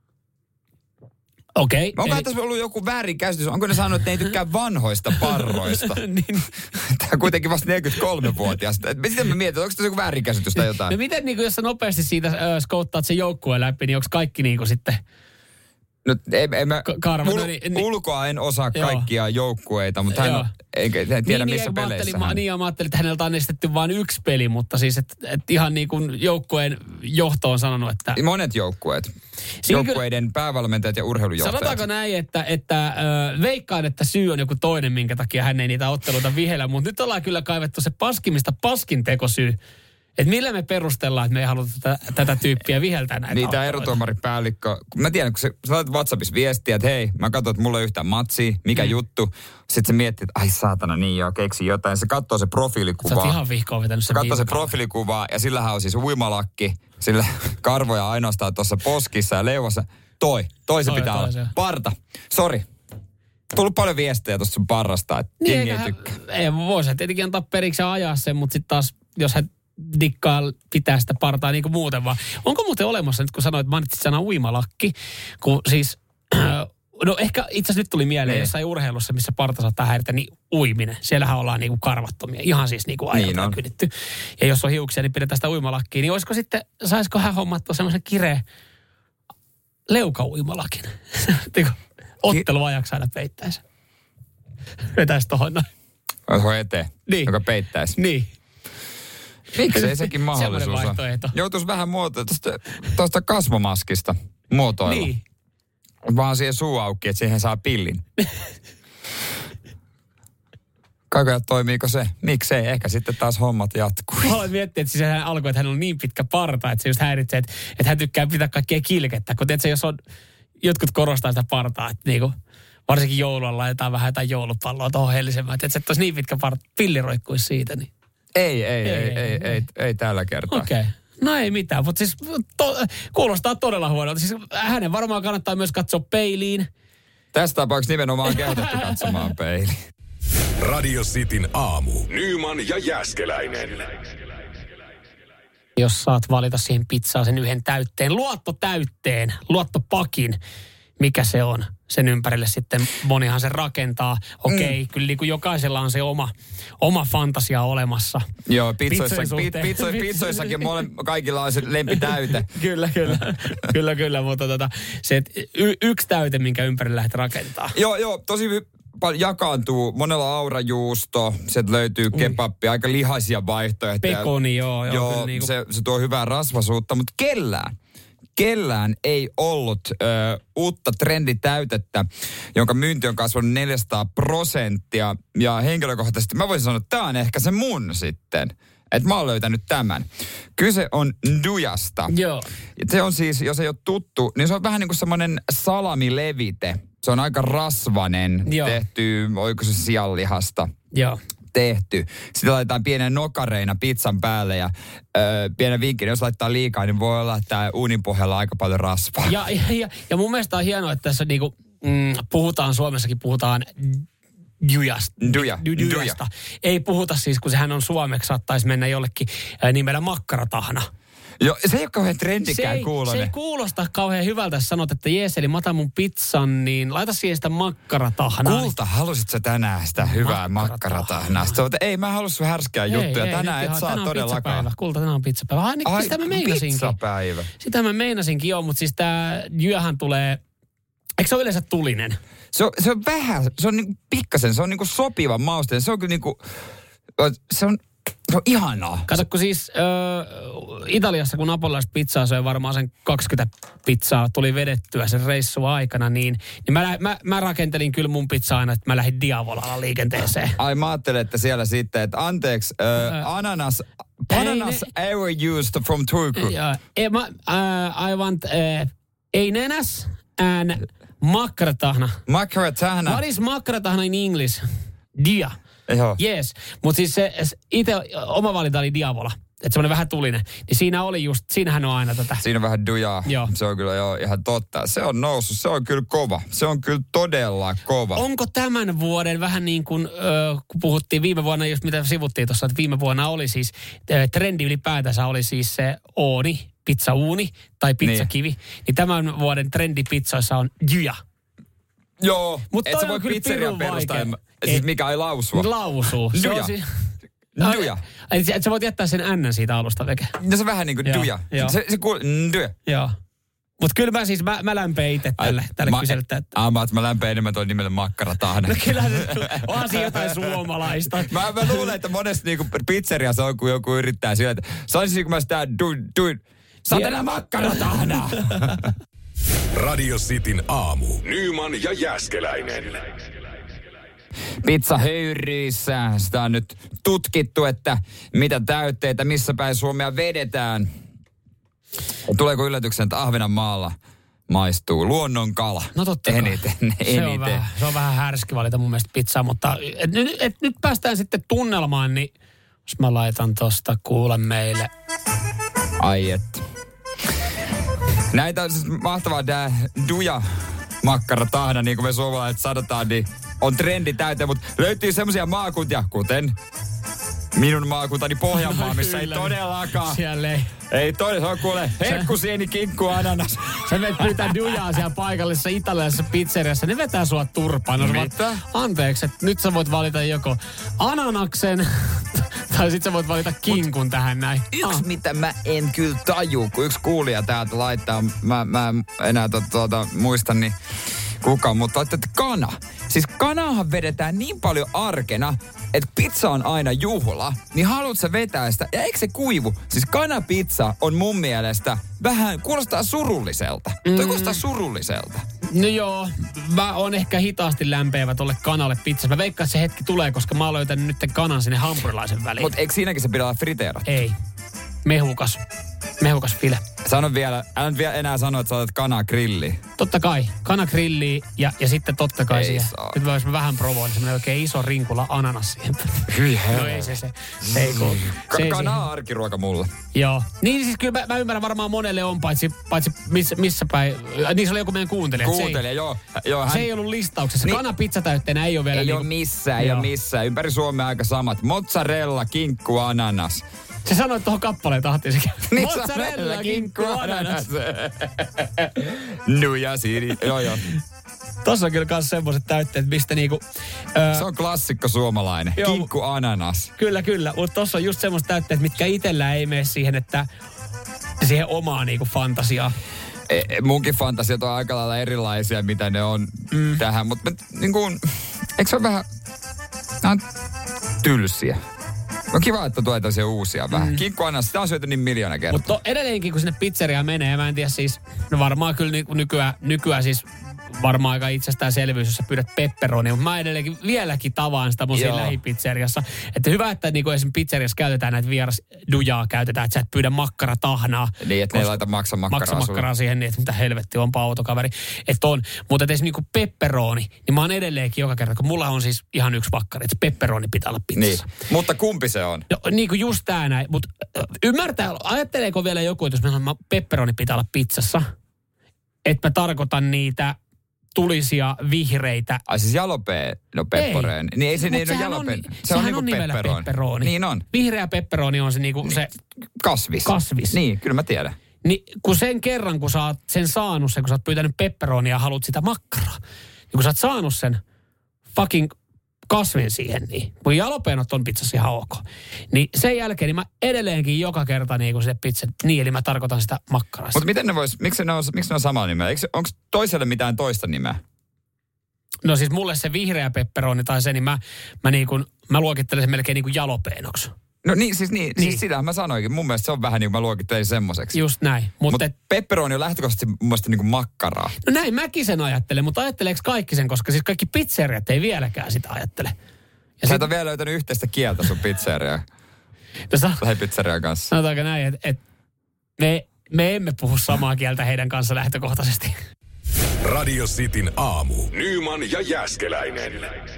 Okei. Onko tässä ollut joku väärinkäsitys? Onko ne sanonut, että ne ei tykkää vanhoista parroista? Niin. Tämä on kuitenkin vasta 43-vuotiaasta. Sitten mä mietin, onko tässä joku väärinkäsitys tai jotain? No miten, niin jos sä nopeasti siitä skouttaat sen joukkueen läpi, niin onko kaikki niin kuin sitten... No ulkoa en osaa kaikkia joukkueita, mutta hän ei tiedä missä peleissä hän. Mä ajattelin, että häneltä on estetty vain yksi peli, mutta siis että ihan niin kuin joukkueen johto on sanonut, että... Monet joukkueet. Joukkueiden päävalmentajat ja urheilujohtajat. Sanotaanko näin, että veikkaan, että syy on joku toinen, minkä takia hän ei niitä otteluita vihellä, mutta nyt ollaan kyllä kaivettu se paskimista paskin tekosyy. Että millä me perustellaan, että me ei haluta tätä tyyppiä viheltää näitä Niin, tämä erotuomaripäällikkö, mä tiedän, kun sä laitat WhatsAppissa viestiä, että hei, mä katson, että mulla ei yhtään matsia, mikä juttu. Sitten se miettii, että ai saatana, niin joo, keksi jotain. Se katsoo se profiilikuvaa. Sä oot ihan vihkoon vetänyt sen. Se katsoo se profiilikuvaa ja sillähän on siis uimalakki, sillä karvoja ainoastaan tuossa poskissa ja leuassa. Toi se pitää olla. Parta, sori. Tullut paljon viestejä tuossa sun parrasta, että jengi ei tykkää. Ei, voisi tietenkin antaa periksi ja ajaa sen, mutta sitten taas, jos hän dikkaa pitää sitä partaa niin kuin muuten vaan. Onko muuten olemassa, nyt kun sanoit, että mainitsit sana uimalakki, kun siis, no ehkä itse asiassa nyt tuli mieleen jossain urheilussa, missä parta saattaa häiritä, niin uiminen. Siellähän ollaan niin kuin karvattomia, ihan siis niin kuin ajalta niin kynnetty. Ja jos on hiuksia, niin pidetään sitä uimalakkiä, niin olisiko sitten, saisiko hän hommattua semmoisen kireen leukauimalakin? Otteluajaksi aina peittäisi. Vetäisi tohon noin. Oho eteen, niin. Joka peittäisi. Niin. Miksei sekin mahdollisuus on? Joutuisi vähän tuosta kasvomaskista muotoilla. Niin. Vaan siihen suu auki, että siihen saa pillin. Kaikoja, toimiiko se? Miksei? Ehkä sitten taas hommat jatkuu. Mä aloin miettiä, että siis hän alkoi, että hän on niin pitkä parta, että se just häiritsee, että hän tykkää pitää kaikkea kilkettä. Kun tiedätkö, jos on, jotkut korostaa sitä partaa, että niinku, varsinkin joululla laitetaan vähän jotain joulupalloa tuohon hellisemään. Että se olisi niin pitkä parta, pilli roikkuisi siitä, niin. Ei tällä kertaa. Okei. No ei mitään, mutta siis kuulostaa todella huonolta. Siis hänen varmaan kannattaa myös katsoa peiliin. Tässä tapauksessa nimenomaan kehotettu katsomaan peiliin. Radio Cityn aamu. Nyman ja Jääskeläinen. Jos saat valita siihen pizzaan sen yhden täytteen, luottopakin, mikä se on? Sen ympärille sitten monihan se rakentaa. Okei, kyllä niin kuin jokaisella on se oma fantasia olemassa. Joo, pizzoissakin kaikilla on se lempitäyte. Kyllä, mutta se yksi täyte, minkä ympärille lähdet rakentaa. Joo, tosi paljon jakaantuu. Monella aurajuusto, sieltä löytyy kebabbi, aika lihaisia vaihtoehtoja. Pekoni, joo. Niin se tuo hyvää rasvasuutta, mutta kellään ei ollut uutta trenditäytettä, jonka myynti on kasvanut 400%. Ja henkilökohtaisesti mä voisin sanoa, että tämä on ehkä se mun sitten. Että mä oon löytänyt tämän. Kyse on Ndujasta. Joo. Se on siis, jos ei ole tuttu, niin se on vähän niin kuin semmoinen salamilevite. Se on aika rasvanen, tehty, oiko se sianlihasta? Joo. Tehty. Sitten laitetaan pienen nokareina pizzan päälle ja pienen vinkin, jos laittaa liikaa, niin voi olla, että uunin pohjalla on aika paljon rasvaa. Ja mun mielestä on hienoa, että tässä niinku, Suomessakin puhutaan Ndujasta. Ei puhuta siis, kun sehän on suomeksi, saattaisi mennä jollekin nimellä makkaratahna. Joo, se ei ole kauhean trendikään kuulonen. Se ei kuulosta kauhean hyvältä, jos sanot, että jees, eli mä otan mun pizzan, niin laita siihen sitä makkaratahnaa. Kulta, halusit sä tänään sitä hyvää makkaratahnaa? Ei, mä halua sun härskää juttuja. Tänään et saa todellakaan. Kulta, tänään on pizzapäivä. Sitä mä meinasinkin. Pizzapäivä. Sitä mä meinasinkin, joo, mutta siis tää jyöhän tulee... Eikö se ole yleensä tulinen? Se on vähän, se on niinku pikkasen, se on niinku sopiva mausteinen. Se on kyllä niinku, se on ihanaa. Kato, kun siis Italiassa, kun napolilaista pizzaa söi varmaan sen 20 pizzaa, tuli vedettyä sen reissua aikana, niin mä rakentelin kyllä mun pizzaa aina, että mä lähdin Diavolalla liikenteeseen. Ai mä ajattelin, että siellä sitten, että anteeksi, ananas ever used from Turku. I want enenas and makkaratahna. Makkaratahna. What is makkaratahna in English? Dia. Joo. Yes, mutta siis se itse oma valinta oli Diavola. Että semmoinen vähän tulinen. Niin siinä oli just, siinähän on aina tätä. Siinä on vähän dujaa. Joo. Se on kyllä ihan totta. Se on noussut, se on kyllä kova. Se on kyllä todella kova. Onko tämän vuoden vähän niin kuin, kun puhuttiin viime vuonna, just mitä sivuttiin tuossa, että viime vuonna oli siis, trendi ylipäätänsä oli siis se ooni, pizzauuni tai pizzakivi. Niin tämän vuoden trendi pizzoissa on jyä. Joo, mutta et sä voi pizzerian perustaa, siis mikä ei lausua. Lausuu. Duja. Duja. Et sä voit jättää sen N siitä alusta veke. No se vähän niin kuin duja. Se kuuluu, duja. Joo. Mutta kyllä mä lämpeen itse tälle kyselytä. Mä lämpeen enemmän toi nimelle makkaratahna. No kyllä se on siinä jotain suomalaista. Mä luulen, että monesti niinku pizzeriassa on, kun joku yrittää sillä, että saisinko mä sitä satana makkaratahnaa. Radio Cityn aamu. Nyman ja Jääskeläinen. Pizzahöyryissä. Sitä on nyt tutkittu, että mitä täytteitä, missä päin Suomea vedetään. Tuleeko yllätyksen, että Ahvenanmaalla maistuu luonnonkala? No totta kai. Se on vähän härski valita mun mielestä pizzaa, mutta nyt päästään sitten tunnelmaan, niin jos mä laitan tosta kuule meille. Ai että. Näitä on siis mahtavaa, tämä duja makkaratahna, niin kuin me suomalaiset sanotaan, niin on trendi täyteen, mutta löytyy semmoisia maakuntia, kuten minun maakuntani Pohjanmaa, missä ei todellakaan. Siellä ei. Ei todella, se on kuule herkkusieni, kinkku, ananas. Sä menet pyytää dujaa siellä paikallisessa italialaisessa pizzeriassa, ne vetää sua turpaan. Mitä? Anteeksi, että nyt sä voit valita joko ananaksen tai sit sä voit valita kinkun tähän näin. Yksi mitä mä en kyllä taju, kun yksi kuulija täältä laittaa, mä en enää muista, niin kukaan, mutta laittaa, että kana. Siis kanaahan vedetään niin paljon arkena, että pizza on aina juhla, niin haluat sä vetää sitä, ja eikö se kuivu? Siis kanapizza on mun mielestä vähän, kuulostaa surulliselta. Toi kuulostaa surulliselta. No joo, mä oon ehkä hitaasti lämpeävä tolle kanalle pizzassa. Mä veikkaan, että se hetki tulee, koska mä oon löytänyt nyt kanan sinne hampurilaisen väliin. Mutta eikö siinäkin se pidä olla friteerattu? Ei. Mehukas file. Sano vielä, älä nyt vielä enää sano, että sä otat kanaa grilliin. Totta kai, kana grilliin ja sitten totta kai ei siihen. Saa. Nyt vois vähän provoida semmoinen oikein iso rinkula ananas siihen. No ei se ei kuulu. Kana on arkiruoka mulle. Joo. Niin siis kyllä mä ymmärrän varmaan monelle on, paitsi missä päin. Niin se oli joku meidän kuuntelija. Kuuntelija, joo. Se ei ollut listauksessa. Niin, kana pizzatäytteenä ei ole vielä. Ei ole missään. Ympäri Suomea aika samat. Mozzarella, kinkku, ananas. Se sanoi tuohon kappaleen tahtiin sekin. Mozzarella, kinkku, ananas. Nuja, siiri. Joo. Tossa on kyllä kans semmoset täytteet, mistä niinku... se on klassikko suomalainen. Joo, kinkku, ananas. Kyllä. Mutta tossa on just semmoset täytteet, mitkä itellä ei mene siihen, että siihen omaa niinku fantasiaa. Munkin fantasiat on aika lailla erilaisia, mitä ne on tähän. Mutta niinku, eikö se ole vähän tylsiä? No kiva, että tulee tällaisia uusia vähän. Kinkku ananas, sitä on syöty niin miljoona kertaa. Mutta edelleenkin, kun sinne pizzeriaan menee, mä en tiedä siis, no varmaan kyllä nykyään siis varmaan aika itsestäänselvyys, jos sä pyydät pepperonia, mutta mä edelleenkin vieläkin tavaan sitä mun siinä lähipizzeriassa. Että hyvä, että niinku esimerkiksi pizzeriassa käytetään näitä vierasdujaa käytetään, että sä et pyydä makkaratahna. Niin, että ne ei laita maksamakkaraa siihen, niin että mitä helvetti, onpa autokaveri. Että on. Mutta esimerkiksi niinku pepperoni, niin mä oon edelleenkin joka kerta, kun mulla on siis ihan yksi makkari, että pepperoni pitää olla pizzassa. Niin, mutta kumpi se on? No niin kuin just tää näin, mutta ajatteleeko vielä joku, että jos mä sanon, pepperoni pitää olla pizzassa, että mä tarkoitan niitä tulisia vihreitä. Ai siis pepperoni. Niin ei se ole jalope. Sehän on nimellä pepperoni. Niin on. Vihreä pepperoni on se niinku se... Kasvis. Niin, kyllä mä tiedän. Niin kun kun sä oot sen saanut kun sä oot pyytänyt pepperonia ja haluat sitä makkaraa. Niin kun sä oot saanut sen fucking kasvin siihen, niin mun jalapeenot on pizzassa ihan ok. Niin sen jälkeen niin mä edelleenkin joka kerta niin kuin se pizza, niin eli mä tarkoitan sitä makkaraa. Mutta miten miksi ne on samaa nimeä? Onko toiselle mitään toista nimeä? No siis mulle se vihreä pepperoni tai se, niin mä luokittelen sen melkein niin kuin jalopeenoksi. No siis sitähän mä sanoinkin. Mun mielestä se on vähän niin kuin mä luokittelin semmoiseksi. Just näin. Mutta pepperoni on lähtökohtaisesti mun mielestä niin kuin makkaraa. No näin mäkin sen ajattelen, mutta ajatteleeko kaikki sen, koska siis kaikki pizzeriat ei vieläkään sitä ajattele. Ja sä et ole vielä löytänyt yhteistä kieltä sun pizzeriaa. Lähipizzerian kanssa. Sanotaanko näin, että me emme puhu samaa kieltä heidän kanssa lähtökohtaisesti. Radio Cityn aamu. Nyman ja Jääskeläinen.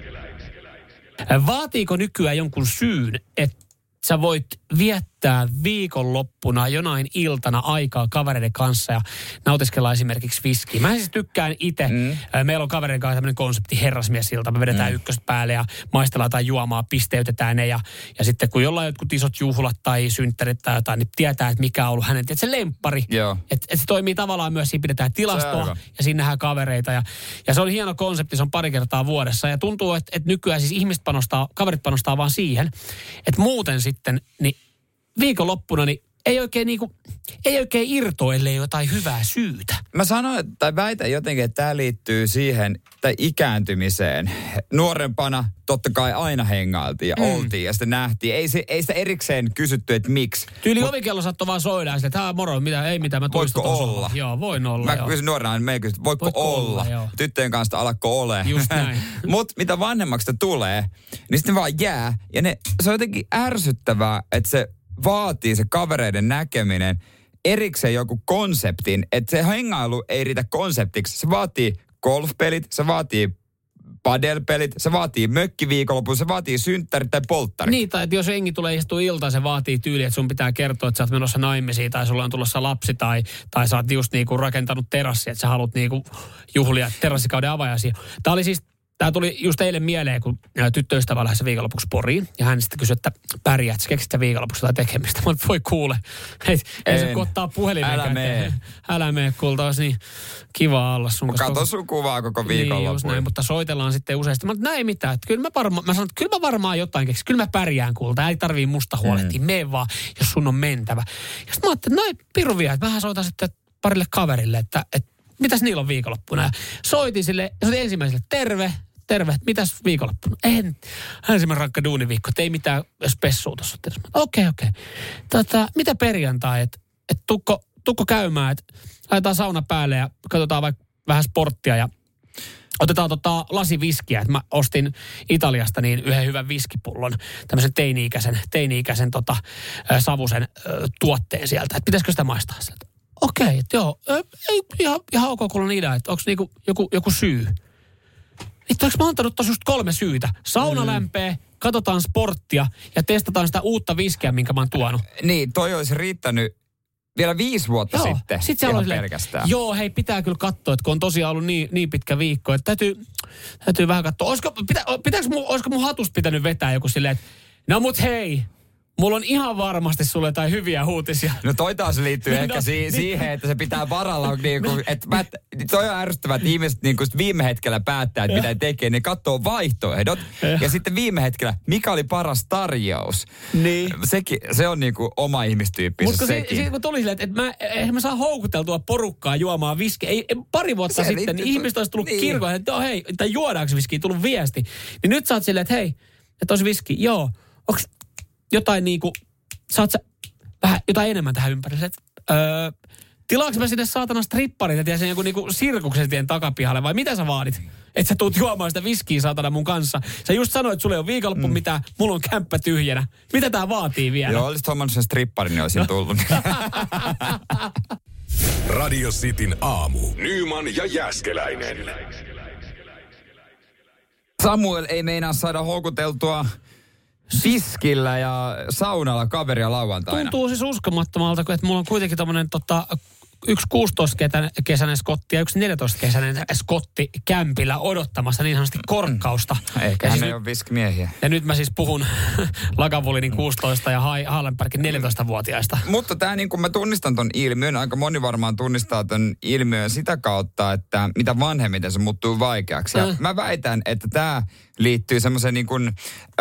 Vaatiiko nykyään jonkun syyn, että sä voit viettää viikonloppuna jonain iltana aikaa kavereiden kanssa ja nautiskella esimerkiksi viskiä? Mä siis tykkään itse. Meillä on kavereiden kanssa tämmöinen konsepti herrasmiesilta. Me vedetään ykköstä päälle ja maistellaan tai juomaa, pisteytetään ne. Ja sitten kun jollain jotkut isot juhlat tai synttärit tai jotain, niin tietää, että mikä on ollut hänen se lemppari. Että se toimii tavallaan myös, siinä pidetään tilastoa ja siinä nähdään kavereita. Ja se on hieno konsepti, se on pari kertaa vuodessa. Ja tuntuu, että nykyään siis kaverit panostaa vaan siihen, että muuten sitten, niin viikonloppuna niin ei oikein irtoa, ellei jotain hyvää syytä. Mä sanoin, tai väitän jotenkin, että tämä liittyy siihen, tai ikääntymiseen. Nuorempana totta kai aina hengailtiin ja oltiin ja sitten nähtiin. Ei sitä erikseen kysytty, että miksi. Tyyli ovikello saattoi vaan soida ja sitten, että moro, mitä mä toistan. Voitko olla? Joo, voin olla. Mä kysyin nuorena, niin me kysyin, voitko olla? Tyttöjen kanssa alakko ole. Just näin. Mutta mitä vanhemmaksi tulee, niin sitten vaan jää. Ja se on jotenkin ärsyttävää, että se vaatii se kavereiden näkeminen erikseen joku konseptin, että se hengailu ei riitä konseptiksi. Se vaatii golfpelit, se vaatii padelpelit, se vaatii mökkiviikonlopun, se vaatii synttärit tai polttarit. Niin, tai että jos jengi tulee istua iltaan, se vaatii tyyli, että sun pitää kertoa, että sä oot menossa naimisiin tai sulla on tulossa lapsi tai sä oot just niinku rakentanut terassi, että sä haluat niinku juhlia terassikauden avajaisia. Tämä tuli just eilen mieleen, kun tyttöystävä lähdessä viikonlopuksi Poriin. Ja hän sitten kysyi, että pärjäät, keksit sä viikonlopuksi jotain tekemistä. Mä voi kuule. Ei se kun ottaa puhelimen käteen. Älä mene, kulta olisi niin kiva olla sun kanssa. Kato sun kuvaa koko viikonloppuun. Niin just näin, mutta soitellaan sitten useasti. Mä sanoin, mitään. Mä sanon, että kyllä mä varmaan jotain keksin. Kyllä mä pärjään, kulta. Ei tarvii musta huolehtia. Mene vaan, jos sun on mentävä. Ja sitten mä ajattelin, että noin piru vielä, että mähän soitan sitten parille kaverille, että mitäs niillä on viikonloppuna. Ja soitin ensimmäiselle, terve, mitäs viikonloppuna? Ensimmäinen rankka duuniviikko, että ei mitään spessua tuossa. Okei. Mitä perjantai, että tukko käymään, että laitetaan sauna päälle ja katsotaan vaikka vähän sporttia ja otetaan lasiviskiä. Että mä ostin Italiasta niin yhden hyvän viskipullon, tämmöisen teini-ikäisen savusen tuotteen sieltä. Että pitäisikö sitä maistaa sieltä? Okei, että joo, ei ihan ok, kun on idea, että onko niinku joku syy? Itse asiassa mä oon antanut tossa just 3 syytä. Sauna lämpee, katsotaan sporttia ja testataan sitä uutta viskiä, minkä mä oon tuonut. Niin, toi olisi riittänyt vielä 5 vuotta sitten ihan pelkästään. Joo, hei, pitää kyllä katsoa, että kun on tosiaan ollut niin pitkä viikko, että täytyy vähän katsoa. Olisiko mun hatusta pitänyt vetää joku silleen, että no mut hei, mulla on ihan varmasti sulle jotain hyviä uutisia. No toi taas liittyy ehkä siihen, että se pitää varalla. Toi on ärsyttävää, että ihmiset niin viime hetkellä päättää, että mitä tekee. Ne katsoo vaihtoehdot. Ja sitten viime hetkellä, mikä oli paras tarjous. Niin. Se on niin kuin oma ihmistyyppinsä sekin. Mutta kun tuli silleen, että mä saan houkuteltua porukkaa juomaan viskiä. Pari vuotta sitten ihmiset olisi tullut kirkoon, että hei, tai juodaanko viskiä, tullut viesti. Niin nyt sä oot silleen, että hei, että olisi viski. Joo, onks jotain niinku, saat sä vähän jotain enemmän tähän ympärille? Tilaanko mä sinne saatana stripparit ja sen joku niinku sirkuksen tien takapihalle vai mitä sä vaadit? Että sä tuut juomaan sitä viskiä saatana mun kanssa. Sä just sanoit, että sulle on viikonloppu mitään, mulla on kämppä tyhjänä. Mitä tää vaatii vielä? Joo, olisit hommannut sen stripparin, niin olisin tullut. Radio Cityn aamu. Nyman ja Jääskeläinen. Samuel ei meinaa saada houkuteltua viskillä ja saunalla kaveria lauantaina. Tuntuu siis uskomattomalta, että mulla on kuitenkin tommonen yksi 16-kesäinen Skotti ja yksi 14-kesäinen Skotti kämpillä odottamassa niin sanotusti korkkausta. Eikä hän ei ole viskimiehiä. Ja nyt mä siis puhun Lagavulinin 16 ja Hallenbergin 14-vuotiaista. Mutta tämä niin kuin mä tunnistan ton ilmiön, aika moni varmaan tunnistaa ton ilmiön sitä kautta, että mitä vanhemmiten se muuttuu vaikeaksi. Ja mä väitän, että tämä liittyy semmoiseen niin kuin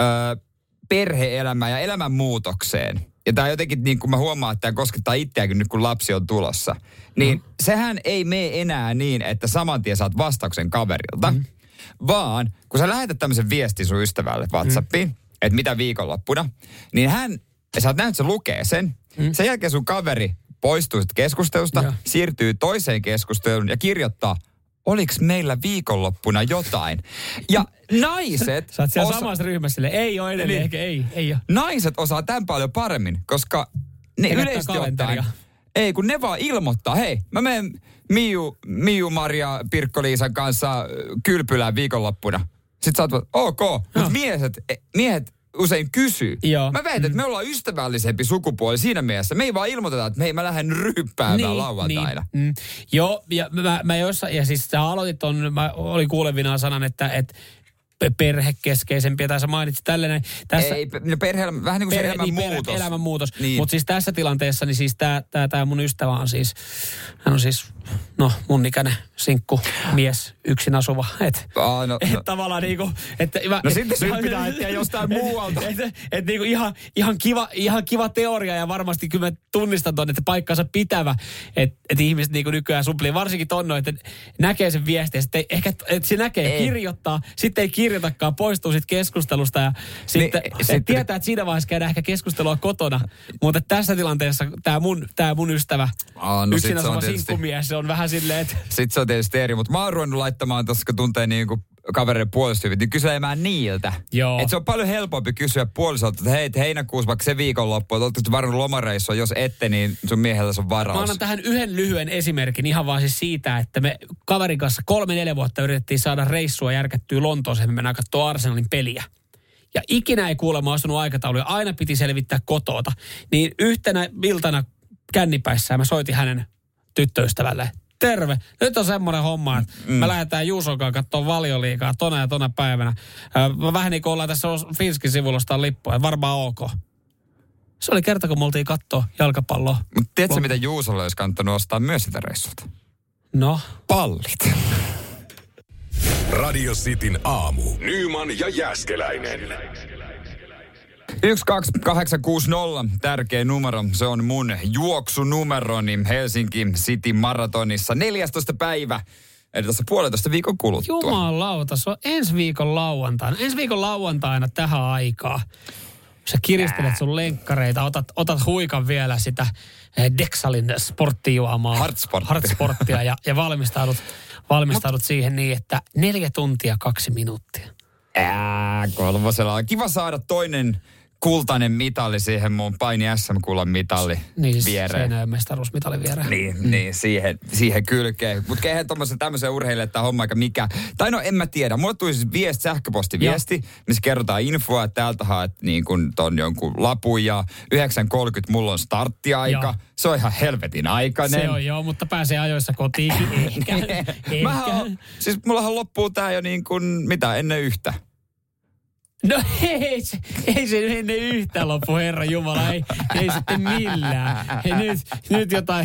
perhe-elämään ja elämänmuutokseen. Ja tämä jotenkin, niin kuin mä huomaan, että tämä koskettaa itseäkin nyt, kun lapsi on tulossa. Niin sehän ei mene enää niin, että saman tien saat vastauksen kaverilta. Vaan, kun sä lähetät tämmöisen viestin sun ystävälle WhatsAppiin, että mitä viikonloppuna, niin sä oot nähnyt, että se lukee sen. Sen jälkeen sun kaveri poistuu keskustelusta, siirtyy toiseen keskusteluun ja kirjoittaa, oliks meillä viikonloppuna jotain? Ja naiset... Sä oot siellä samassa ryhmässä sille, ei ole edelleen, ehkä ei ole. Naiset osaa tämän paljon paremmin, koska ne yleisesti ottaen... Ei, kun ne vaan ilmoittaa, hei, mä menen Miu Maria Pirkko-Liisan kanssa kylpylään viikonloppuna. Sitten sä oot, ok, mutta miehet usein kysyy. Joo. Mä väitän, että me ollaan ystävällisempi sukupuoli siinä mielessä. Me ei vaan ilmoiteta, että hei, mä lähden ryppäämään lauantaina. Joo, ja mä jossain, ja siis sä aloitit mä olin kuulevinaan sanan, että perhekeskeisempiä, tai sä mainitsit tällainen. Tässä, ei, vähän niin kuin se elämänmuutos. Elämänmuutos. Niin. Mutta siis tässä tilanteessa, niin siis tää mun ystävä on siis, hän on siis, mun ikäinen sinkku mies, yksin asuva. Tavallaan niinku, että... No sitten nyt pitää etsiä jostain muualta. Että niinku ihan kiva teoria, ja varmasti kyllä mä tunnistan ton, että paikkansa pitävä, että ihmiset niinku nykyään suplii, varsinkin tonno, että näkee sen viestin, että se näkee kirjoittaa, sitten ei kirjoitakaan, poistuu siitä keskustelusta ja sitten tietää, että siinä vaiheessa käydään ehkä keskustelua kotona, mutta tässä tilanteessa tämä mun ystävä, yksin asuva sinkkumies, se on vähän silleen, että... Sitten se on tietysti eri, mutta mä oon ruvennut laittamaan tuossa, kun tuntee niinku kavereiden puolisotyvit, niin kyselemään niiltä. Että se on paljon helpompi kysyä puolisolta, että hei, että vaikka se viikonloppu, että ootteko varannut lomareissua, jos ette, niin sun miehellä on varaus. Mä annan tähän yhden lyhyen esimerkin, ihan vaan siis siitä, että me kaverin kanssa 3-4 vuotta yritettiin saada reissua järkättyä Lontooseen, me mennään katsoa Arsenalin peliä. Ja ikinä ei kuulemma astunut aikatauluja, aina piti selvittää kotoota. Niin yhtenä iltana kännipäissään mä soitin hänen tyttöystävälle. Terve. Nyt on semmoinen homma, että me lähdetään Juusokaan katsomaan Valioliigaa tona ja tona päivänä. Vähän niin kuin ollaan tässä Finskin sivulla ostaa lippuja. Varmaan ok. Se oli kerta, kun me oltiin katsoa jalkapalloa. Mutta tiedätkö, mitä Juusolle olisi kannattanut ostaa myös sitä reissulta? No? Pallit. Radio Cityn aamu. Nyman ja Jääskeläinen. 12860, tärkeä numero. Se on mun juoksunumeroni Helsinki City Marathonissa 14. päivä. Eli tässä 1,5 viikon kuluttua. Jumalauta, se on ensi viikon lauantaina. Ensi viikon lauantaina tähän aikaan. Sä kiristelet sun lenkkareita, otat huikan vielä sitä Dexalin sporttijuomaa. Hardsporttia ja valmistaudut siihen niin, että 4 tuntia 2 minuuttia. Kolmosella on kiva saada toinen kultainen mitali siihen mun paini SM-kullan mitali niin, viereen. Seinäjoen mestaruusmitali viereen. Niin, siihen kylkeen. Mutta keihän tämmöisen urheilijalle tämä homma aika mikä. Tai no en mä tiedä. Mulle tuli siis sähköpostiviesti, missä kerrotaan infoa, että täältä haet niin kun ton jonkun lapun ja 9.30 mulla on starttiaika. Joo. Se on ihan helvetin aikainen. Se on joo, mutta pääsee ajoissa kotiin. Ehkä. Siis mullahan loppuu tää jo niin kuin, ennen yhtä. No ei se ennen yhtään loppu, Herra Jumala, ei sitten millään. Nyt jotain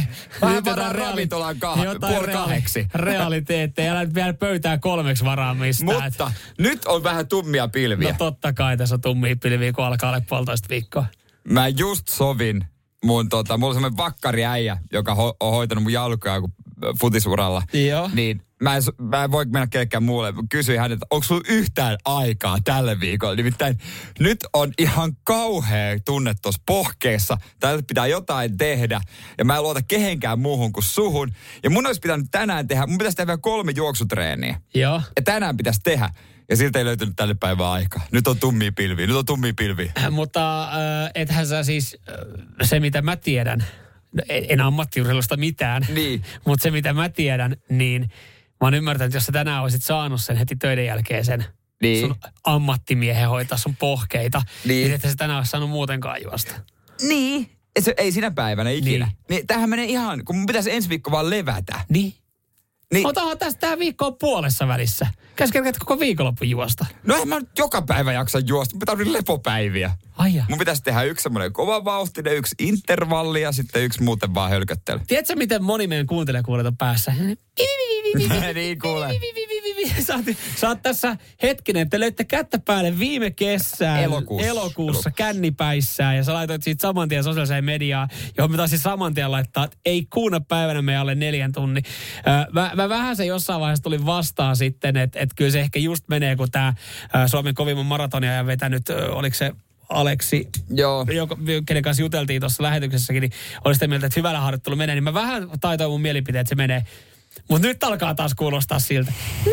realiteetteja, älä nyt vielä pöytään 3 varaamista. Mutta nyt on vähän tummia pilviä. No totta kai tässä on tummia pilviä, kun alkaa olla 1,5 viikkoa. Mä just sovin mulla on semmoinen vakkariäijä, joka on hoitanut mun jalkoja futisuralla. Joo. Niin mä en voi mennä kellekään muulle. Kysyin häneltä, onko sulla yhtään aikaa tälle viikolle? Nimittäin nyt on ihan kauhea tunne tuossa pohkeessa. Täällä pitää jotain tehdä. Ja mä en luota kehenkään muuhun kuin suhun. Ja mun olisi pitänyt tänään tehdä, mun pitäisi tehdä vielä 3 juoksutreeniä. Joo. Ja tänään pitäisi tehdä. Ja siltä ei löytynyt tälle päivään aikaa. Nyt on tummia pilviä. Mutta ethän sä siis, se mitä mä tiedän, en ammattiurheilusta mitään, niin. Mutta se mitä mä tiedän, niin mä oon ymmärtänyt, että jos sä tänään olisit saanut sen heti töiden jälkeen sen sun ammattimiehen hoitaa sun pohkeita, niin että sä tänään olisi saanut muutenkaan juosta. Niin. Ei sinä päivänä ikinä. Niin tämähän menee ihan, kun mun pitäisi ensi viikko vaan levätä. Niin. Otahan tästä tää viikko on puolessa välissä. Käskerät koko viikonloppu juosta. No en mä nyt joka päivä jaksa juosta. Mä tarvitsen lepopäiviä. Mun pitäisi tehdä yksi semmoinen kova vauhtinen, yksi intervalli ja sitten yksi muuten vaan hölköttely. Tiedätkö, miten moni meidän kuuntelijakuulet on päässä? Niin kuule. Sä oot tässä hetkinen, te löitte kättä päälle viime kesään. Elokuussa kännipäissään. Ja sä laitoit siitä saman tien sosiaaliseen mediaan, johon mä taisin saman tien laittaa, että ei kuuna päivänä me alle 4 tunnin. Mä vähän se jossain vaiheessa tulin vastaan sitten, että kyllä se ehkä just menee, kun tää Suomen kovimman maratonia ja vetänyt, oliko se Aleksi, kenen kanssa juteltiin tuossa lähetyksessäkin, niin oli sitä mieltä, että hyvällä harjoittelu menee, niin mä vähän taitoin mun mielipiteet, että se menee. Mutta nyt alkaa taas kuulostaa siltä.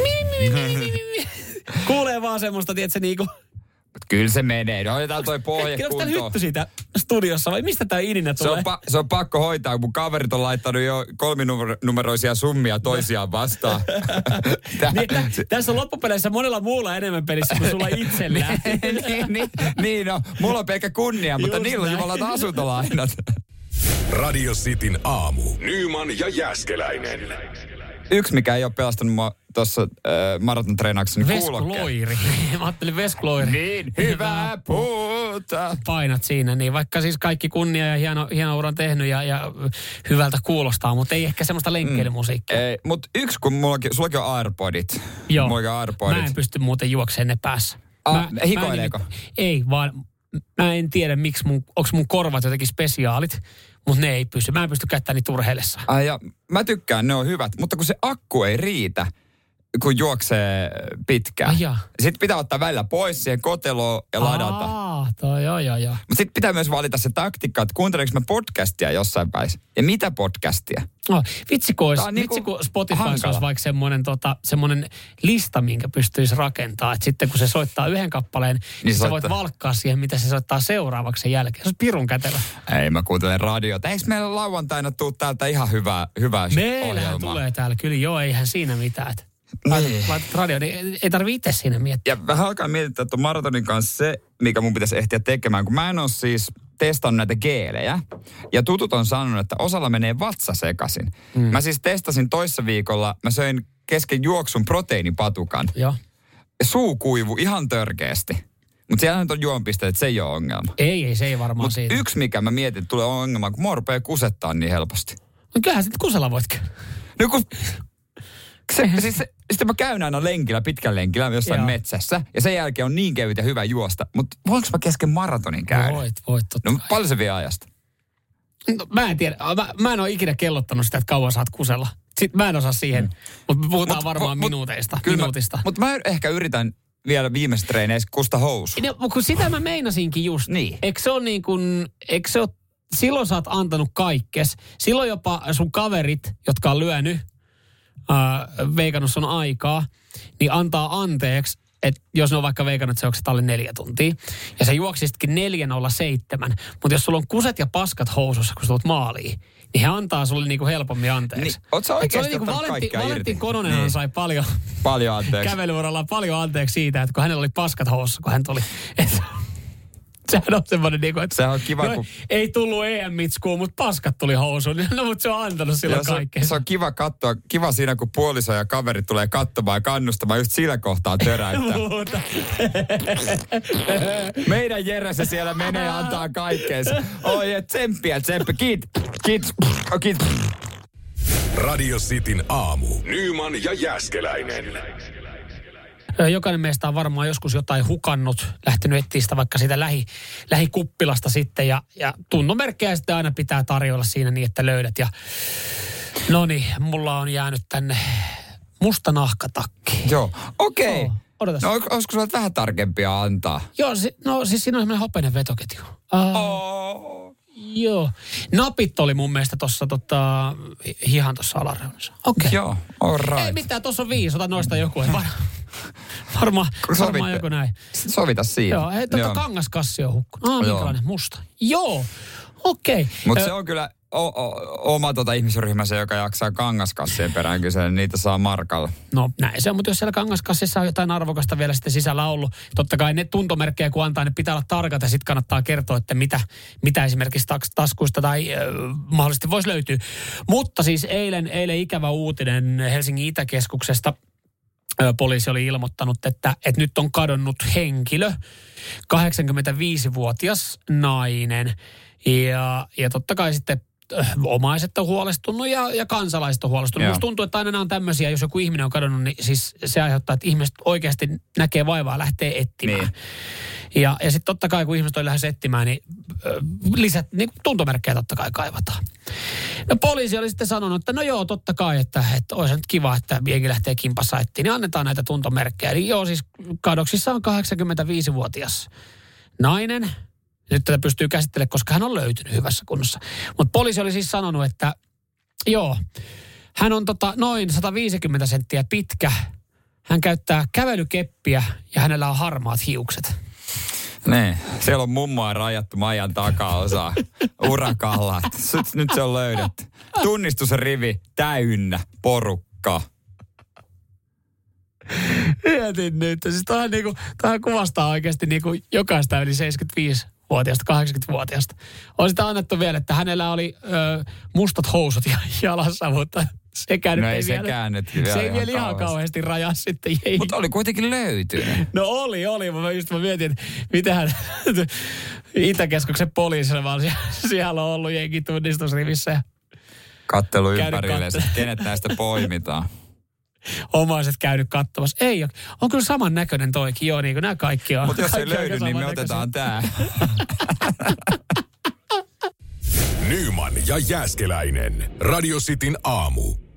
Kuulee vaan semmoista, tiedätkö, niinku. Kyllä se menee. No otetaan toi pohje kuntoon. Onko täällä hytty siitä studiossa vai mistä tää ininä tulee? Se on pakko hoitaa, kun mun kaverit on laittanut jo 3-numeroisia summia toisiaan vastaan. Tässä on loppupeleissä monella muulla enemmän pelissä kuin sulla itsellään. niin, no. Mulla on pelkkä kunnia, mutta niillä on jumalat asuntolainat. Radio Cityn aamu. Nyman ja Jääskeläinen. Yksi, mikä ei ole pelastanut mua tuossa maratontreenauksessa, niin kuulokkeen. Veskloiri. Mä ajattelin Veskloiri. Niin, hyvää puuta. Painat siinä, niin vaikka siis kaikki kunnia ja hieno uran tehnyt ja hyvältä kuulostaa, mutta ei ehkä semmoista lenkkeilymusiikkia. Ei, mutta yksi, kun sullakin on AirPodit. Joo, AirPodit. mä en pysty muuten juokseen ne päässä. Hikoileeko? Ei, vaan mä en tiedä, onko mun korvat jotenkin spesiaalit. Mutta ne ei pysty. Mä en pysty käyttämään niitä urheillessa. Ja mä tykkään, ne on hyvät. Mutta kun se akku ei riitä, kun juoksee pitkään. Sitten pitää ottaa välillä pois siihen koteloon ja ladata. Joo. Mutta sitten pitää myös valita se taktiikka, että kuuntelenko mä podcastia jossain päivässä. Ja mitä podcastia? Vitsi kun Spotify olisi vaikka semmoinen lista, minkä pystyisi rakentamaan. Että sitten kun se soittaa yhden kappaleen, niin sä voit valkkaa siihen, mitä se soittaa seuraavaksi sen jälkeen. Se on pirun kätevä. Ei, mä kuuntelen radiota. Eikö meillä lauantaina tuu täältä ihan hyvää Meillähän tulee täällä. Kyllä joo, eihän siinä mitään. Laitat radio, niin ei tarvitse itse siinä miettiä. Ja vähän alkaa miettiä tuon maratonin kanssa se, mikä mun pitäisi ehtiä tekemään, kun mä en ole siis testannut näitä geelejä. Ja tutut on sanonut, että osalla menee vatsa sekaisin. Mä siis testasin toissa viikolla, mä söin kesken juoksun proteiinipatukan. Joo. Ja suu kuivu ihan törkeästi. Mutta siellä nyt on juomapisteet, että se ei ole ongelma. Ei, se ei varmaan siitä. Yksi, mikä mä mietin, että tulee ongelma, kun mua rupeaa kusettaa niin helposti. No kyllähän sitten kusella voit käydä. No kun... Sitten mä käyn aina lenkillä, pitkän lenkillä jossain metsässä. Ja sen jälkeen on niin kevyt ja hyvä juosta. Mutta voinko mä kesken maratonin käydä? Voit totta. No paljon se vie ajasta? No, mä en tiedä. Mä en ole ikinä kellottanut sitä, että kauan saat kusella. Sitten mä en osaa siihen. Mutta puhutaan varmaan minuutista. Mutta mä ehkä yritän vielä viimeisessä treeneissä kusta housu. No, kun sitä mä meinasinkin just. Niin. Eikö se ole silloin sä oot antanut kaikkes. Silloin jopa sun kaverit, jotka on lyönyt, veikannut sun aikaa, niin antaa anteeksi, että jos ne on vaikka veikannut, että se juokset alle 4 tuntia, ja sä juoksisitkin 4:07, mutta jos sulla on kuset ja paskat housussa, kun sä tulet maaliin, niin he antaa sulle niinku helpommin anteeksi. Niin, oot sä oikeasti ottanut kaikkea irti? Valentin Kononenhan sai paljon anteeksi. Kävelyuralla paljon anteeksi siitä, että kun hänellä oli paskat housussa, kun hän tuli. Sehän on semmoinen, että se on kiva, kun... ei tullut EM-mitskuun, mutta paskat tuli housuun. No, mutta se on antanut silloin kaikkea. Se on kiva katsoa, kiva siinä, kun puoliso ja kaveri tulee katsomaan ja kannustamaan, just sillä kohtaa töräyttää. Meidän Jere se siellä menee ja antaa kaikkeensa. Oi, tsemppiä. Kiitos. Radio Cityn aamu. Nyman ja Jääskeläinen. Jokainen meistä on varmaan joskus jotain hukannut, lähtenyt etsiä sitä vaikka siitä lähikuppilasta sitten ja tuntomerkkejä sitten aina pitää tarjolla siinä niin, että löydät. Ja no niin, mulla on jäänyt tänne musta nahkatakki. Joo, okei. Okay. Odotas. No olisiko sulla vähän tarkempia antaa? Joo, siis siinä on semmoinen hopeinen vetoketju. Joo. Napit oli mun mielestä tuossa hihan tuossa alareunassa. Okei. Okay. Joo, all right. Ei mitään, tuossa on 5, ota noista joku. Varmaan joku näin. Sovita siihen. Joo, kangaskassi on hukkunut. Minkälainen musta. Joo, Okei. Mutta se on kyllä oma ihmisryhmänsä, joka jaksaa kangaskassien perään kysyä, niitä saa markalla. No näin se on, mutta jos siellä kangaskassissa on jotain arvokasta vielä sitten sisällä ollut, totta kai ne tuntomerkkejä kun antaa, ne pitää olla tarkat ja sitten kannattaa kertoa, että mitä esimerkiksi taskuista tai mahdollisesti voisi löytyä. Mutta siis eilen ikävä uutinen Helsingin Itäkeskuksesta. Poliisi oli ilmoittanut, että nyt on kadonnut henkilö, 85-vuotias nainen. Ja totta kai sitten omaiset on huolestunut ja kansalaiset on huolestunut. Musta tuntuu, että aina nämä on tämmöisiä, jos joku ihminen on kadonnut, niin siis se aiheuttaa, että ihmiset oikeasti näkee vaivaa ja lähtee etsimään. Niin. Ja sitten totta kai, kun ihmiset on lähes etsimään, niin niin tuntomerkkejä totta kai kaivataan. No poliisi oli sitten sanonut, että no joo, totta kai, että olisi nyt kiva, että jengi lähtee kimpassa etsiin, niin annetaan näitä tuntomerkkejä. Eli joo, siis kadoksissa on 85-vuotias nainen. Nyt tätä pystyy käsittelemään, koska hän on löytynyt hyvässä kunnossa. Mutta poliisi oli siis sanonut, että joo, hän on noin 150 senttiä pitkä. Hän käyttää kävelykeppiä ja hänellä on harmaat hiukset. Niin, siellä on mummoa rajattu Maijan takaosa urakalla. Nyt se on löydetty. Tunnistusrivi täynnä porukka. Mietin nyt. Siis tämähän kuvastaa oikeasti niinku jokaista yli 75-vuotiaasta, 80-vuotiaasta. On sitä annettu vielä, että hänellä oli mustat housut jalassa, mutta sekään nyt ei vielä. Se ei vielä ihan kauheasti rajaa sitten. Mutta oli kuitenkin löytynyt. No oli. Mä mietin, että mitähän Itäkeskuksen poliisilla vaan siellä on ollut jenkin tunnistusrivissä. Kattelu ympärille, kenet näistä poimitaan. Omaiset käynyt katsomassa. Ei ole. On kyllä saman näköinen toikin, joo, niin kuin nämä kaikki on. Mutta jos ei löydy, niin me otetaan tää. Nyman ja Jääskeläinen. Radio Cityn aamu.